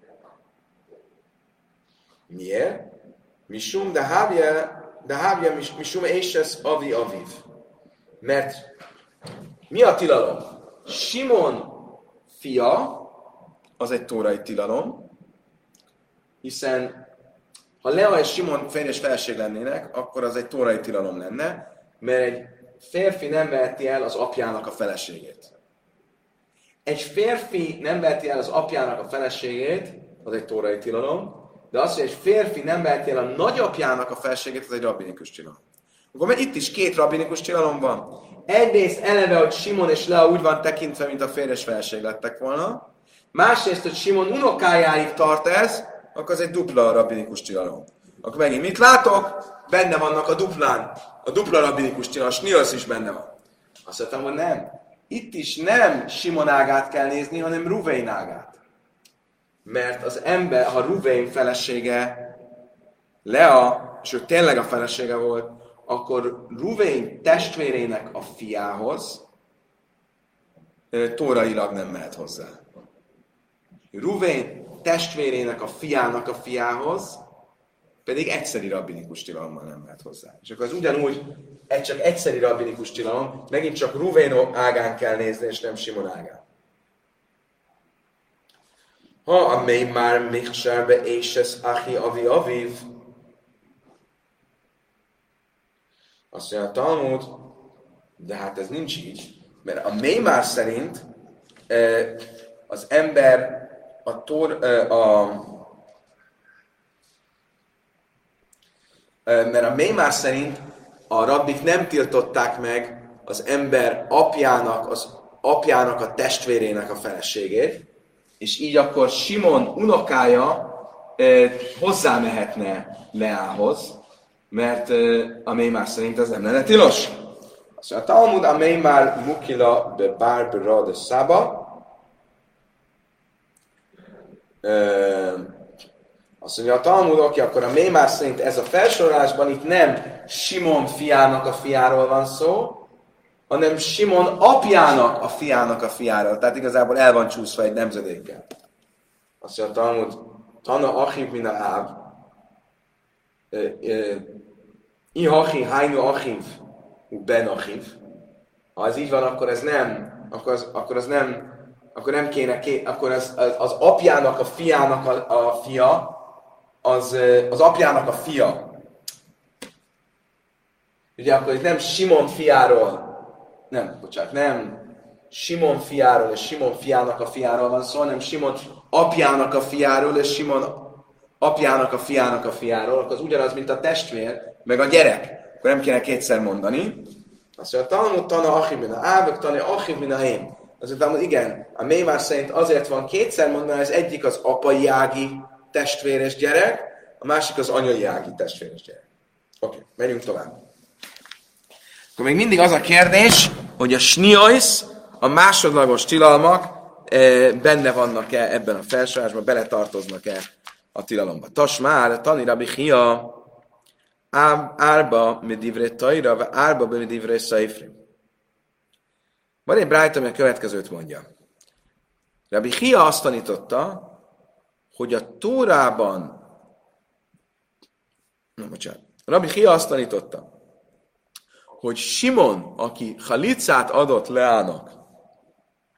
Miért? Misum, de hávja misum éses avi aviv. Mert mi a tilalom? Simon fia, az egy tórai tilalom, hiszen ha Lea és Simon férj és feleség lennének, akkor az egy tórai tilalom lenne, mert egy férfi nem veheti el az apjának a feleségét. Egy férfi nem veheti el az apjának a feleségét, az egy tórai tilalom, de az, hogy egy férfi nem veheti el a nagyapjának a feleségét, az egy rabbinikus tilalom. Akkor itt is két rabbinikus tilalom van. Egyrészt eleve, hogy Simon és Lea úgy van tekintve, mint a férj és feleség lettek volna. Másrészt, hogy Simon unokájáig tart ez, akkor az egy dupla rabbinikus tilalom. Akkor megint mit látok? Benne vannak a duplán. A dupla rabbinikus tilalom, a snilsz is benne van. Azt mondtam, hogy nem. Itt is nem Simon ágát kell nézni, hanem Ruvén ágát. Mert az ember, ha Ruvén felesége Lea, és ő tényleg a felesége volt, akkor Ruvén testvérének a fiához tórailag nem mehet hozzá. Ruvén testvérének a fiának a fiához pedig egyszeri rabbinikus tilalommal nem mehet hozzá. És akkor az ugyanúgy csak egyszeri rabbinikus tilalom, megint csak Ruvén ágán kell nézni, és nem Simon ágán. Ha a mély már michserbe éses achi avi aviv, azt mondja a Talmud, de hát ez nincs így, mert a mély már szerint az ember mert a mémár szerint a rabbik nem tiltották meg az ember apjának a testvérének a feleségét, és így akkor Simon unokája hozzámehetne Leához, mert a mémár szerint ez nem lenne tilos. Azt mondja, a Talmud a mémár mukila be bárbara de szába, azt mondja a Talmud, akkor a mémár szerint ez a felsorolásban itt nem Simon fiának a fiáról van szó, hanem Simon apjának a fiának a fiáról. Tehát igazából el van csúszva egy nemzedékkel. Azt mondja a Talmud, Tana achiv mina áv, Ihachi hainu achiv, ben achiv. Ha ez így van, akkor ez nem, akkor nem kéne, akkor az apjának a fiának a fia, az apjának a fia. Ugye akkor itt nem Simon fiáról, nem Simon fiáról és Simon fiának a fiáról van szó, hanem Simon apjának a fiáról és Simon apjának a fiának a fiáról, akkor az ugyanaz, mint a testvér, meg a gyerek. Akkor nem kéne kétszer mondani. Azt mondja, Talmud tana achiv mina ávök, tana achiv mina én. Azt mondja, igen, a mémár szerint azért van kétszer mondani, az egyik az apai ági testvéres gyerek, a másik az anyai ági testvéres gyerek. Oké, menjünk tovább. Akkor még mindig az a kérdés, hogy a sniois, a másodlagos tilalmak benne vannak-e ebben a felsorolásban, beletartoznak-e a tilalomba. Tasmár, Tani Rabbi Chia, Árba medivre tajra, vagy Árba medivre szaifri. Van egy brájta, ami a következőt mondja. Rabbi Chia azt tanította, hogy a Tórában, Rabbi Chia azt tanította, hogy Simon, aki halicát adott Leának,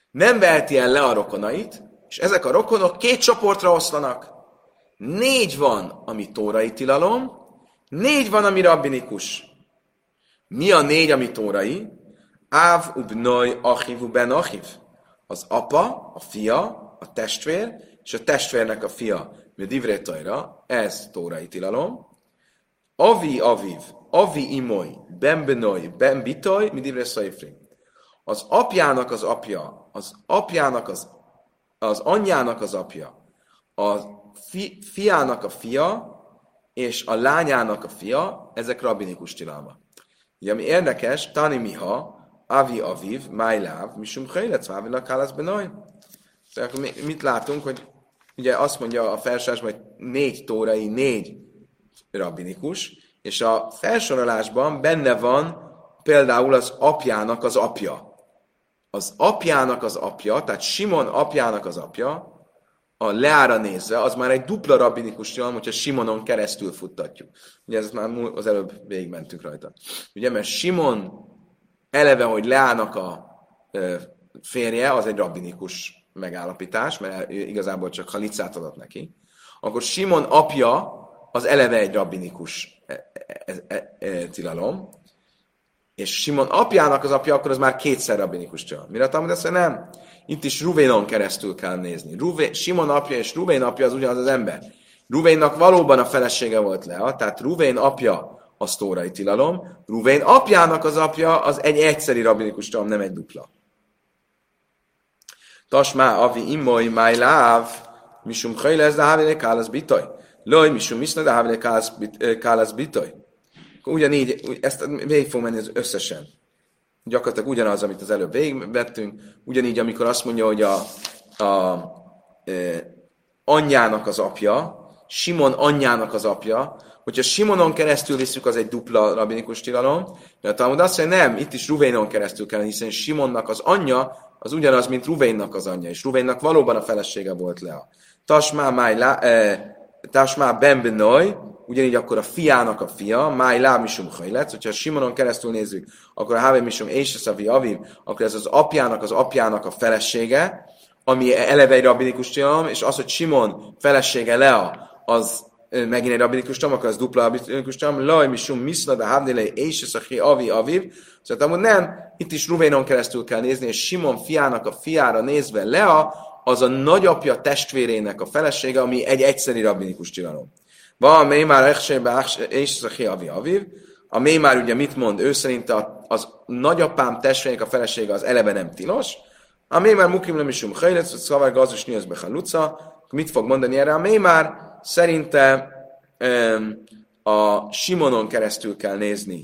nem veheti el le a rokonait, és ezek a rokonok 2 csoportra oszlanak. 4 van, ami tórai tilalom, 4 van, ami rabbinikus. Mi a 4, ami tórai? Áv, ubnoj, achiv, ben achiv. Az apa, a fia, a testvér, és a testvérnek a fia, mi a divrétajra, ez tórai tilalom. Avi, aviv, avi, imoly, ben benoj, ben bitoj, mi divré szajfri. Az apjának az apja, az apjának az anyjának az apja, a fiának a fia, és a lányának a fia, ezek rabbinikus tilalma. Ugye, ami érdekes, Tani Miha, Avi Aviv, Májláv, Misum Hajlec, Vávilag Hálasz Benaj. Tehát akkor mit látunk, hogy ugye azt mondja a felsősorolásban, hogy 4 tórai, 4 rabbinikus, és a felsorolásban benne van például az apjának az apja. Az apjának az apja, tehát Simon apjának az apja, a Leára nézve, az már egy dupla rabbinikus tilalom, hogyha Simonon keresztül futtatjuk. Ugye ezt már az előbb végigmentünk rajta. Ugye, mert Simon eleve, hogy Leának a férje, az egy rabbinikus megállapítás, mert igazából csak halicát adott neki. Akkor Simon apja, az eleve egy rabbinikus tilalom, és Simon apjának az apja, akkor az már 2-szer rabbinikus tilalom. Mire tanul, ezt nem? Itt is Ruvénon keresztül kell nézni. Simon apja és Ruvén apja az ugyanaz az ember. Ruvénnak valóban a felesége volt Lea, tehát Ruvén apja az tórai tilalom, Ruvén apjának az apja az egy egyszeri rabbinikus tilalom, nem egy dupla. Tasmá avi imoly májláv, misum hajlesz, de hávile kálasz bitoj. Loj, misum miszna, de hávile kálasz bitoj. Ugyanígy, ezt végig fog menni az összesen. Gyakorlatilag ugyanaz, amit az előbb végigvettünk. Ugyanígy, amikor azt mondja, hogy anyjának az apja, Simon anyjának az apja, hogyha Simonon keresztül visszük, az egy dupla rabbinikus tilalom, de a Talmud azt mondja, nem, itt is Ruvénon keresztül kell, hiszen Simonnak az anyja, az ugyanaz, mint Ruvénnak az anyja, és Ruvénnak valóban a felesége volt Lea. Tasmá ben benoj, ugyanígy akkor a fiának a fia, máj lá misum hajlec, hogyha Simonon keresztül nézzük, akkor a hávé misum és a szavi aviv, akkor ez az apjának a felesége, ami eleve egy rabbinikus tilalom, és az, hogy Simon felesége Lea, az megint egy rabbinikus tilalom, akkor az dupla rabbinikus tilalom, laj misum miszna, de hávnélei és a szavi avi aviv, szóval amúgy nem, itt is Ruvénon keresztül kell nézni, és Simon fiának a fiára nézve Lea, az a nagyapja testvérének a felesége, ami egy egyszeri rabbinikus tilalom. Van, mely már echsébe és a avi aviv. A mély már ugye mit mond? Ő szerint az nagyapám testvérének a felesége az eleve nem tilos. A mély már mukim nem isum hajlec, hogy szavar gazdos nyilvzbe haluca. Mit fog mondani erre? A mély már szerinte a Simonon keresztül kell nézni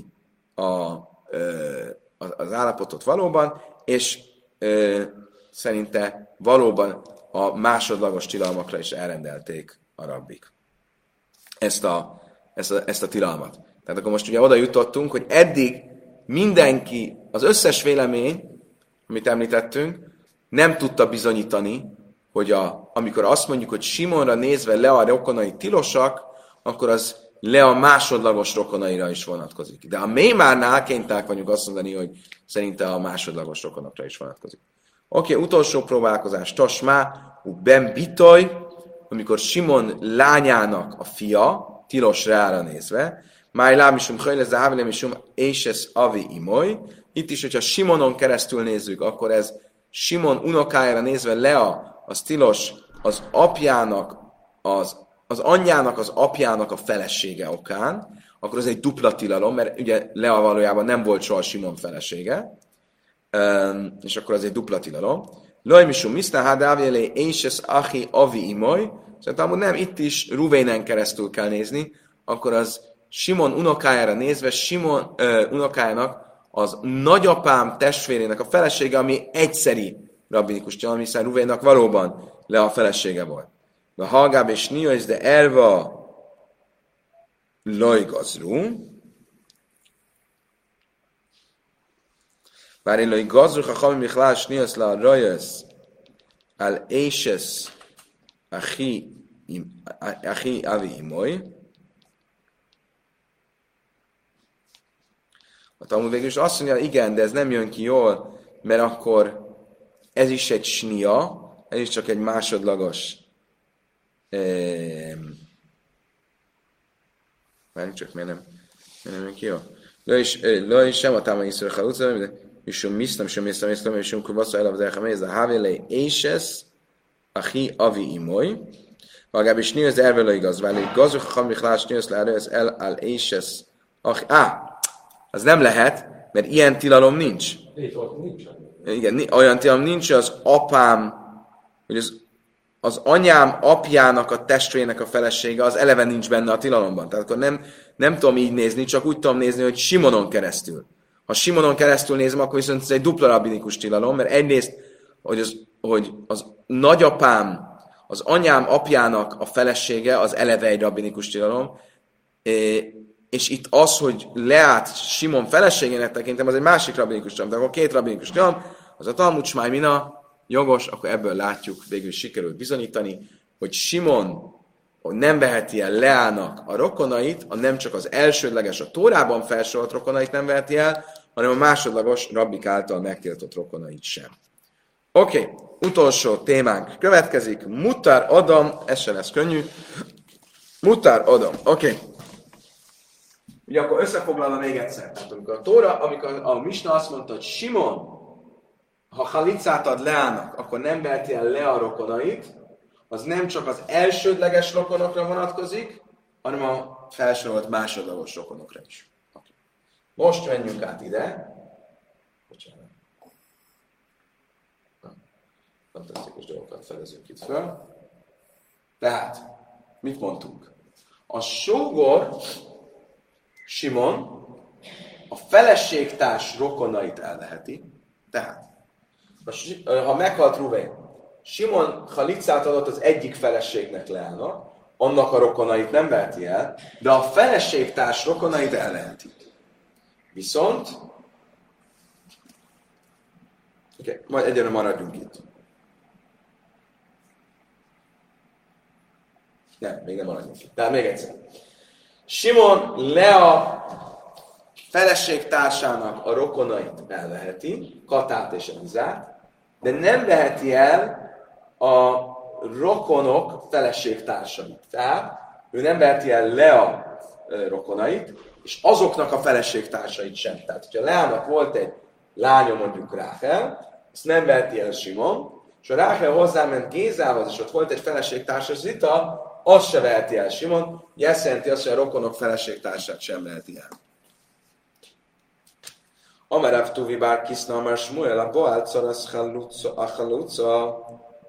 az állapotot valóban, és szerinte valóban a másodlagos tilalmakra is elrendelték a rabbik ezt a tilalmat. Tehát akkor most ugye oda jutottunk, hogy eddig mindenki, az összes vélemény, amit említettünk, nem tudta bizonyítani, hogy amikor azt mondjuk, hogy Simonra nézve Lea rokonai tilosak, akkor az Lea másodlagos rokonaira is vonatkozik. De a Mémárnál kénytelenek vagyunk azt mondani, hogy szerinte a másodlagos rokonokra is vonatkozik. Oké, utolsó próbálkozás. Tasmá, ben bitoj, amikor Simon lányának a fia, tilos rára nézve, máj lámisum hajlez, de hávilemisum éses avi imoly. Itt is, hogyha Simonon keresztül nézzük, akkor ez Simon unokájára nézve Lea, az tilos az apjának, az anyjának, az apjának a felesége okán, akkor az egy dupla tilalom, mert ugye Lea valójában nem volt soha Simon felesége, és akkor az egy dupla tilalom. Lajmisum misztá hádávjelé éses achi avi imoly, szóval amúgy nem, itt is Ruvénen keresztül kell nézni, akkor az Simon unokájára nézve, Simon unokájának az nagyapám testvérének a felesége, ami egyszeri rabbinikus tilalom, hiszen Ruvénnak valóban le a felesége volt. De hallgáb és nióis, de elva lojgazru, bár én lojgazru, ha hamim michlás nióis le a rajös, al éses achi avi imoy. A Talmud végül is azt mondja, igen, de ez nem jön ki jól, mert akkor ez is egy snia, ez is csak egy másodlagos várjunk csak, miért nem ki jó? Lőj sem a támai iszra haluca, és misztam, és kurvasza el a vzecha mézda, hávelé éses, achi avi imoly, magább is nőz ervele igaz, válik gazuk, ha michlás nőz le erőz el al éses, az nem lehet, mert ilyen tilalom nincs. Igen, olyan tilalom nincs, hogy az apám, hogy az anyám apjának a testvének a felesége, az eleve nincs benne a tilalomban. Tehát akkor nem tudom így nézni, csak úgy tudom nézni, hogy Simonon keresztül. Ha Simonon keresztül nézem, akkor viszont ez egy dupla rabbinikus tilalom, mert egyrészt, hogy az nagyapám, az anyám apjának a felesége, az eleve egy rabbinikus tilalom, és itt az, hogy Leát Simon feleségének tekintem, az egy másik rabbinikus tilalom. Tehát akkor két rabbinikus tilalom, az a Talmud Shmai Mina, jogos, akkor ebből látjuk, végül sikerült bizonyítani, hogy Simon nem veheti el Leának a rokonait, nem csak az elsődleges, a Tórában felsorolt rokonait nem veheti el, hanem a másodlagos rabbik által megtiltott rokonait sem. Oké, utolsó témánk következik. Mutar Adam, ez sem lesz könnyű. Mutar Adam, oké. Ugye akkor összefoglalva még egyszer. Tehát amikor a Misna azt mondta, hogy Simon, ha halicát ad Leának, akkor nem veheti el Lea rokonait, az nem csak az elsődleges rokonokra vonatkozik, hanem a felsorolt másodlagos rokonokra is. Okay. Most menjünk át ide. Bocsánat. Fantasztikus dolgokat fedezünk itt föl. Tehát, mit mondtunk? A sógor Simon a feleségtárs rokonait elveheti, tehát ha meghalt Ruvén, Simon halicát adott az egyik feleségnek Leának, annak a rokonait nem veheti el, de a feleségtárs rokonait elveheti. Viszont, majd egyre maradjunk itt. Nem, még nem maradjunk itt. Tehát még egyszer. Simon Lea feleségtársának a rokonait elveheti, Katát és Elizát, de nem veheti el a rokonok feleségtársait. Tehát ő nem veheti el Lea rokonait, és azoknak a feleségtársait sem. Tehát, hogyha Leának volt egy lánya, mondjuk Ráhel, ezt nem veheti el Simon, és a Ráhel hozzáment Gézához, és ott volt egy feleségtársa, Zita, azt se veheti el Simon, ez jelenti azt, hogy a rokonok feleségtársát sem veheti el. Amarav Tuvi bár kiszna, amar Shmuel, a Boálcor, a Chalúca,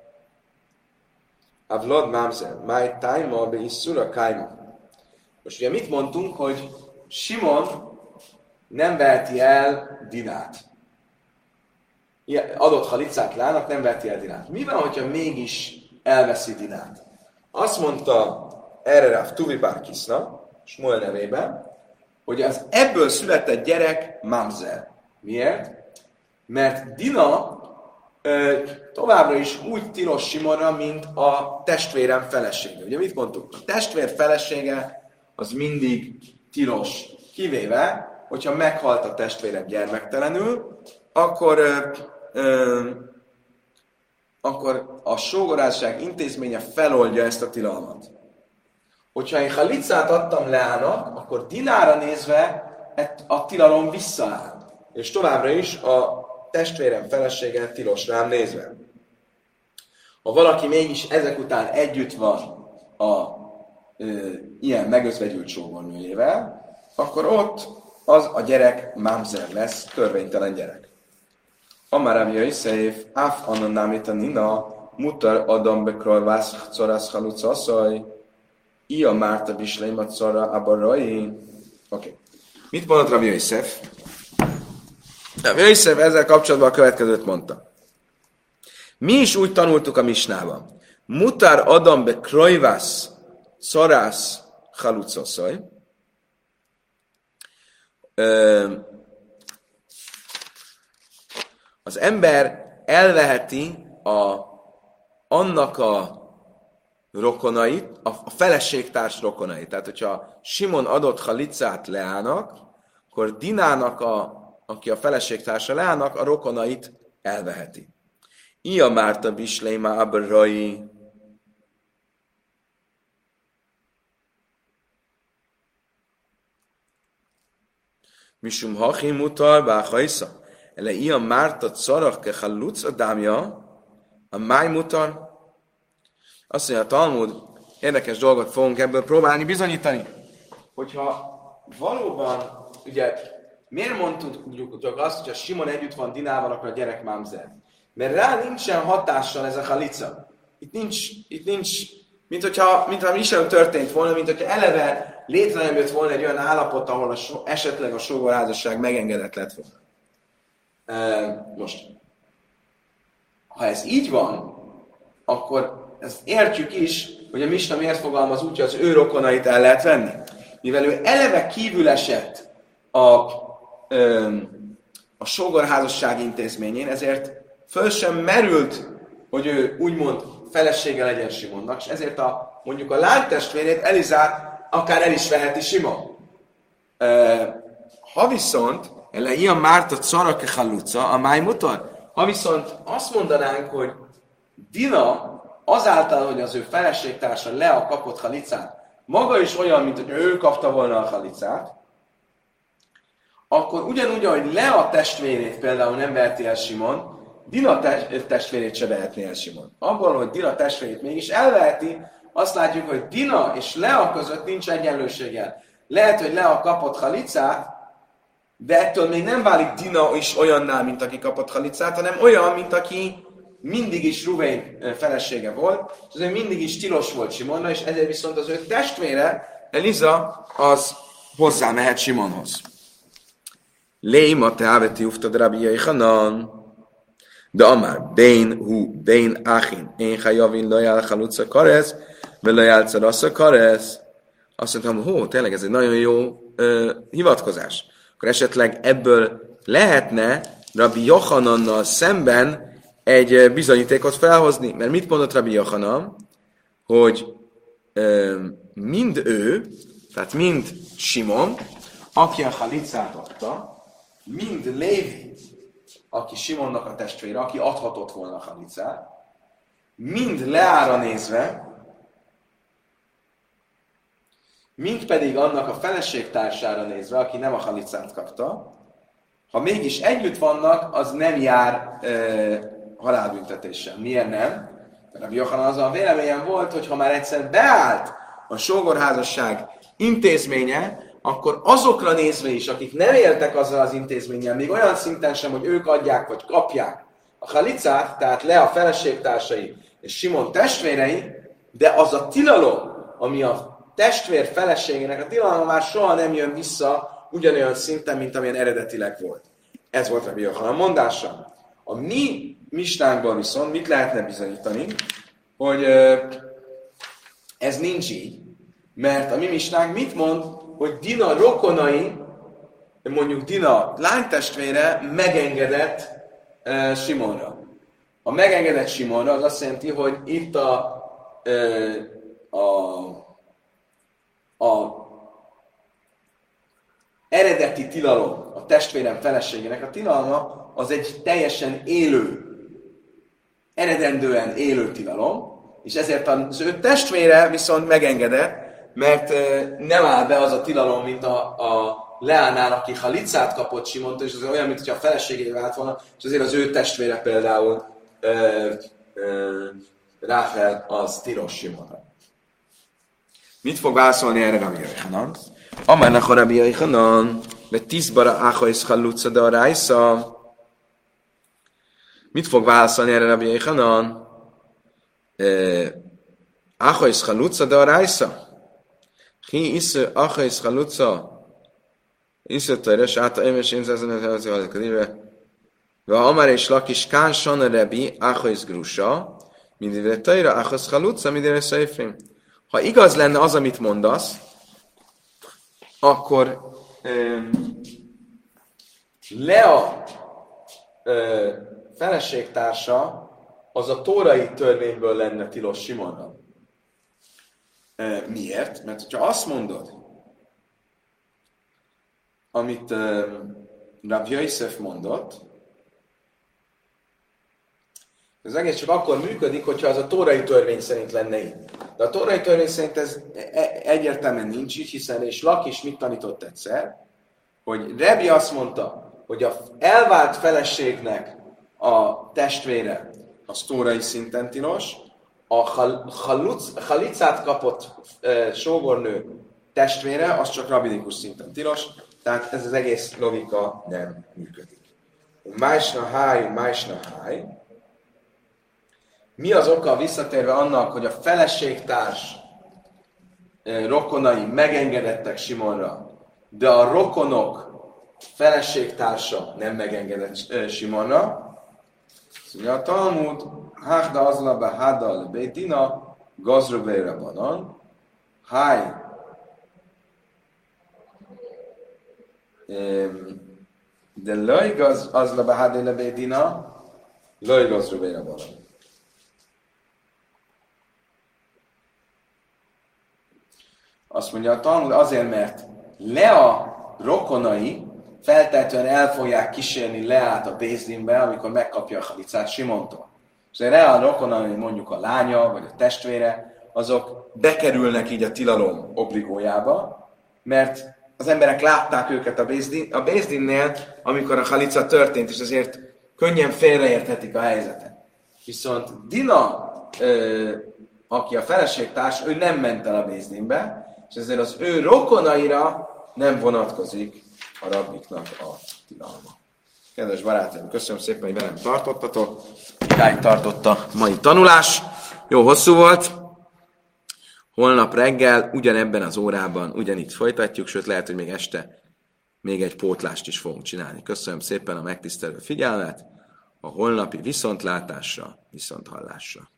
a Vlod Mamzer, máj tájma, be isszura kájma. Most ugye mit mondtunk, hogy Simon nem veheti el Dinát. Adott halicát Leának, nem veheti el Dinát. Mi van, hogyha mégis elveszi Dinát? Azt mondta erre Rav Tuvi bár kiszna, Shmuel nevében, hogy az ebből született gyerek mamzer. Miért? Mert Dina továbbra is úgy tilos Simonra, mint a testvérem felesége. Ugye mit mondtuk? A testvér felesége az mindig tilos, kivéve, hogyha meghalt a testvérem gyermektelenül, akkor a sógorázság intézménye feloldja ezt a tilalmat. Hogyha én halicát adtam Leának, akkor Dinára nézve a tilalom visszaáll. És továbbra is a testvérem felesége tilos rám nézve. Ha valaki mégis ezek után együtt van ilyen megözvegyült sógornőjével, akkor ott az a gyerek mamzer lesz, törvénytelen gyerek. Amarav Jöjszéf, áf annanámita nina, mutar adam bekrajvász corász halucaszaj, Ia Márta Bisleimat Szarra Abarai. Oké. Mit mondott Rav Jöjszéf? Rav Jöjszéf ezzel kapcsolatban a következőt mondta. Mi is úgy tanultuk a Misnában. Mutar Adam be Krojvász Szarász Halucaszaj. Az ember elveheti annak a rokonait, a feleségtárs rokonait. Tehát, hogyha Simon adott halicát Leának, akkor Dinának, aki a feleségtársa Leának, a rokonait elveheti. Ia Márta Bisleima Abrai. Misum hachi mutar báhajsza. Ele ia Márta Carach ke Chalutz Adámja. A máj mutar. Azt mondja a Talmud, érdekes dolgot fogunk ebből próbálni bizonyítani. Hogyha valóban, ugye, miért mondtuk csak azt, hogy ha Simon együtt van Dinával, akkor a gyerek mámzer? Mert rá nincsen hatással ez a halica. Itt nincs mintha mi sem történt volna, mint hogyha eleve létre nem jött volna egy olyan állapot, ahol esetleg a sógorházasság megengedett lett volna. Most, ha ez így van, akkor ezt értjük is, hogy a Misna miért fogalmaz úgy, hogy az ő rokonait el lehet venni. Mivel ő eleve kívül esett a sógorházasság intézményén, ezért föl sem merült, hogy ő úgymond felesége legyen Simonnak, és ezért mondjuk a lánytestvérét, Elizát akár el is veheti Simon. Ha viszont, ele ilyen Márta Carach Chalutza, a máj mutar, ha viszont azt mondanánk, hogy Dina azáltal, hogy az ő feleségtársa Lea kapott halicát, maga is olyan, mint hogy ő kapta volna a halicát, akkor ugyanúgy, ahogy Lea testvérét például nem veheti el Simon, Dina testvérét se vehetné el Simon. Abból, hogy Dina testvérét mégis elveheti, azt látjuk, hogy Dina és Lea között nincs egyenlőséggel. Lehet, hogy Lea kapott halicát, de ettől még nem válik Dina is olyanná, mint aki kapott halicát, hanem olyan, mint aki mindig is Ruvén felesége volt, és azért mindig is tilos volt Simonra, és ezért viszont az ő testvére, Eliza, az hozzá mehet Simonhoz. Léma te áveti uftad Rabbi Yochanan, de amár Bén Achin, én hajavin lajál halutza karesz, vagy lajál carasza karesz. Azt mondtam, tényleg ez egy nagyon jó hivatkozás. Akkor esetleg ebből lehetne Rabbi Yochanannal szemben egy bizonyítékot felhozni. Mert mit mondott Rabbi Yochanan? Hogy mind ő, tehát mind Simon, aki a halicát adta, mind Lévi, aki Simonnak a testvére, aki adhatott volna a halicát, mind Leára nézve, mind pedig annak a feleségtársára nézve, aki nem a halicát kapta, ha mégis együtt vannak, az nem jár halálbüntetéssel. Miért nem? Mert a Yochanan az a véleményen volt, hogy ha már egyszer beállt a sógorházasság intézménye, akkor azokra nézve is, akik nem éltek azzal az intézménnyel, még olyan szinten sem, hogy ők adják vagy kapják a halicát, tehát le a feleségtársai és Simon testvérei, de az a tilalom, ami a testvér feleségének a tilalma már soha nem jön vissza ugyanolyan szinten, mint amilyen eredetileg volt. Ez volt Rabbi Yochanan mondása. A mi misnánkban viszont mit lehetne bizonyítani, hogy ez nincs így, mert a mi misnánk mit mond, hogy Dina rokonai, mondjuk Dina lánytestvére megengedett Simonra. A megengedett Simonra az azt jelenti, hogy itt a eredeti tilalom, a testvérem feleségének a tilalma, az egy teljesen élő, eredendően élő tilalom, és ezért az ő testvére viszont megengedett, mert nem áll be az a tilalom, mint a Leánál, aki halicát kapott Simontól, és az olyan, mintha a feleségével állt volna, és azért az ő testvére például Ráfel az tilos Simonra. Mit fog válaszolni erre Rabbi Yochanan? Amárnak a Rabbi Yochanan, mert 10 bara áhajsz halluca de a rájsza. Mit fog válaszolni erre Rabbi Yochanan? Áhajsz halluca de a rájsza. Hi isző áhajsz halluca. Isző tajres áta émes én zezenet kadéve. Va amár és lakis kán sana Rabbi áhajsz grusa. Mindivre tajra áhajsz halluca, mindivre szajfrim. Ha igaz lenne az, amit mondasz, akkor Lea feleségtársa az a tórai törvényből lenne tilos Simonra. Miért? Mert ha azt mondod, amit Rabbi Yosef mondott, Az egész csak akkor működik, hogyha az a tórai törvény szerint lenne így. De a tórai törvény szerint ez egyértelműen nincs így, hiszen és Lakis mit tanított egyszer, hogy Rebi azt mondta, hogy a elvált feleségnek a testvére az tórai szinten tilos, a halicát kapott sógornő testvére az csak rabinikus szinten tilos, tehát ez az egész logika nem működik. Májsna háj. Mi az oka visszatérve annak, hogy a feleségtárs rokonai megengedettek Simonra, de a rokonok feleségtársa nem megengedett Simonra? Szóval a Talmud, Hágda azlabe hádal bétina, gazröbeire banan, háj, de löj azlabe hádal bétina, löj gazröbeire banan. Azt mondja a Talmud azért, mert Lea rokonai feltétlenül el fogják kísérni Leát a Bézdinbe, amikor megkapja a halicát Simontól. És Lea rokonai, mondjuk a lánya, vagy a testvére, azok bekerülnek így a tilalom obligójába, mert az emberek látták őket a Bézdinnél, amikor a halica történt, és azért könnyen félreérthetik a helyzetet. Viszont Dina, aki a feleségtárs, ő nem ment el a Bézdinbe, és ezért az ő rokonaira nem vonatkozik a rabbiknak a tilalma. Kedves barátaim, köszönöm szépen, hogy velem tartottatok. Idáig tartott a mai tanulás. Jó hosszú volt. Holnap reggel ugyanebben az órában ugyanitt folytatjuk, sőt lehet, hogy még este még egy pótlást is fogunk csinálni. Köszönöm szépen a megtisztelő figyelmet. A holnapi viszontlátásra, viszonthallásra.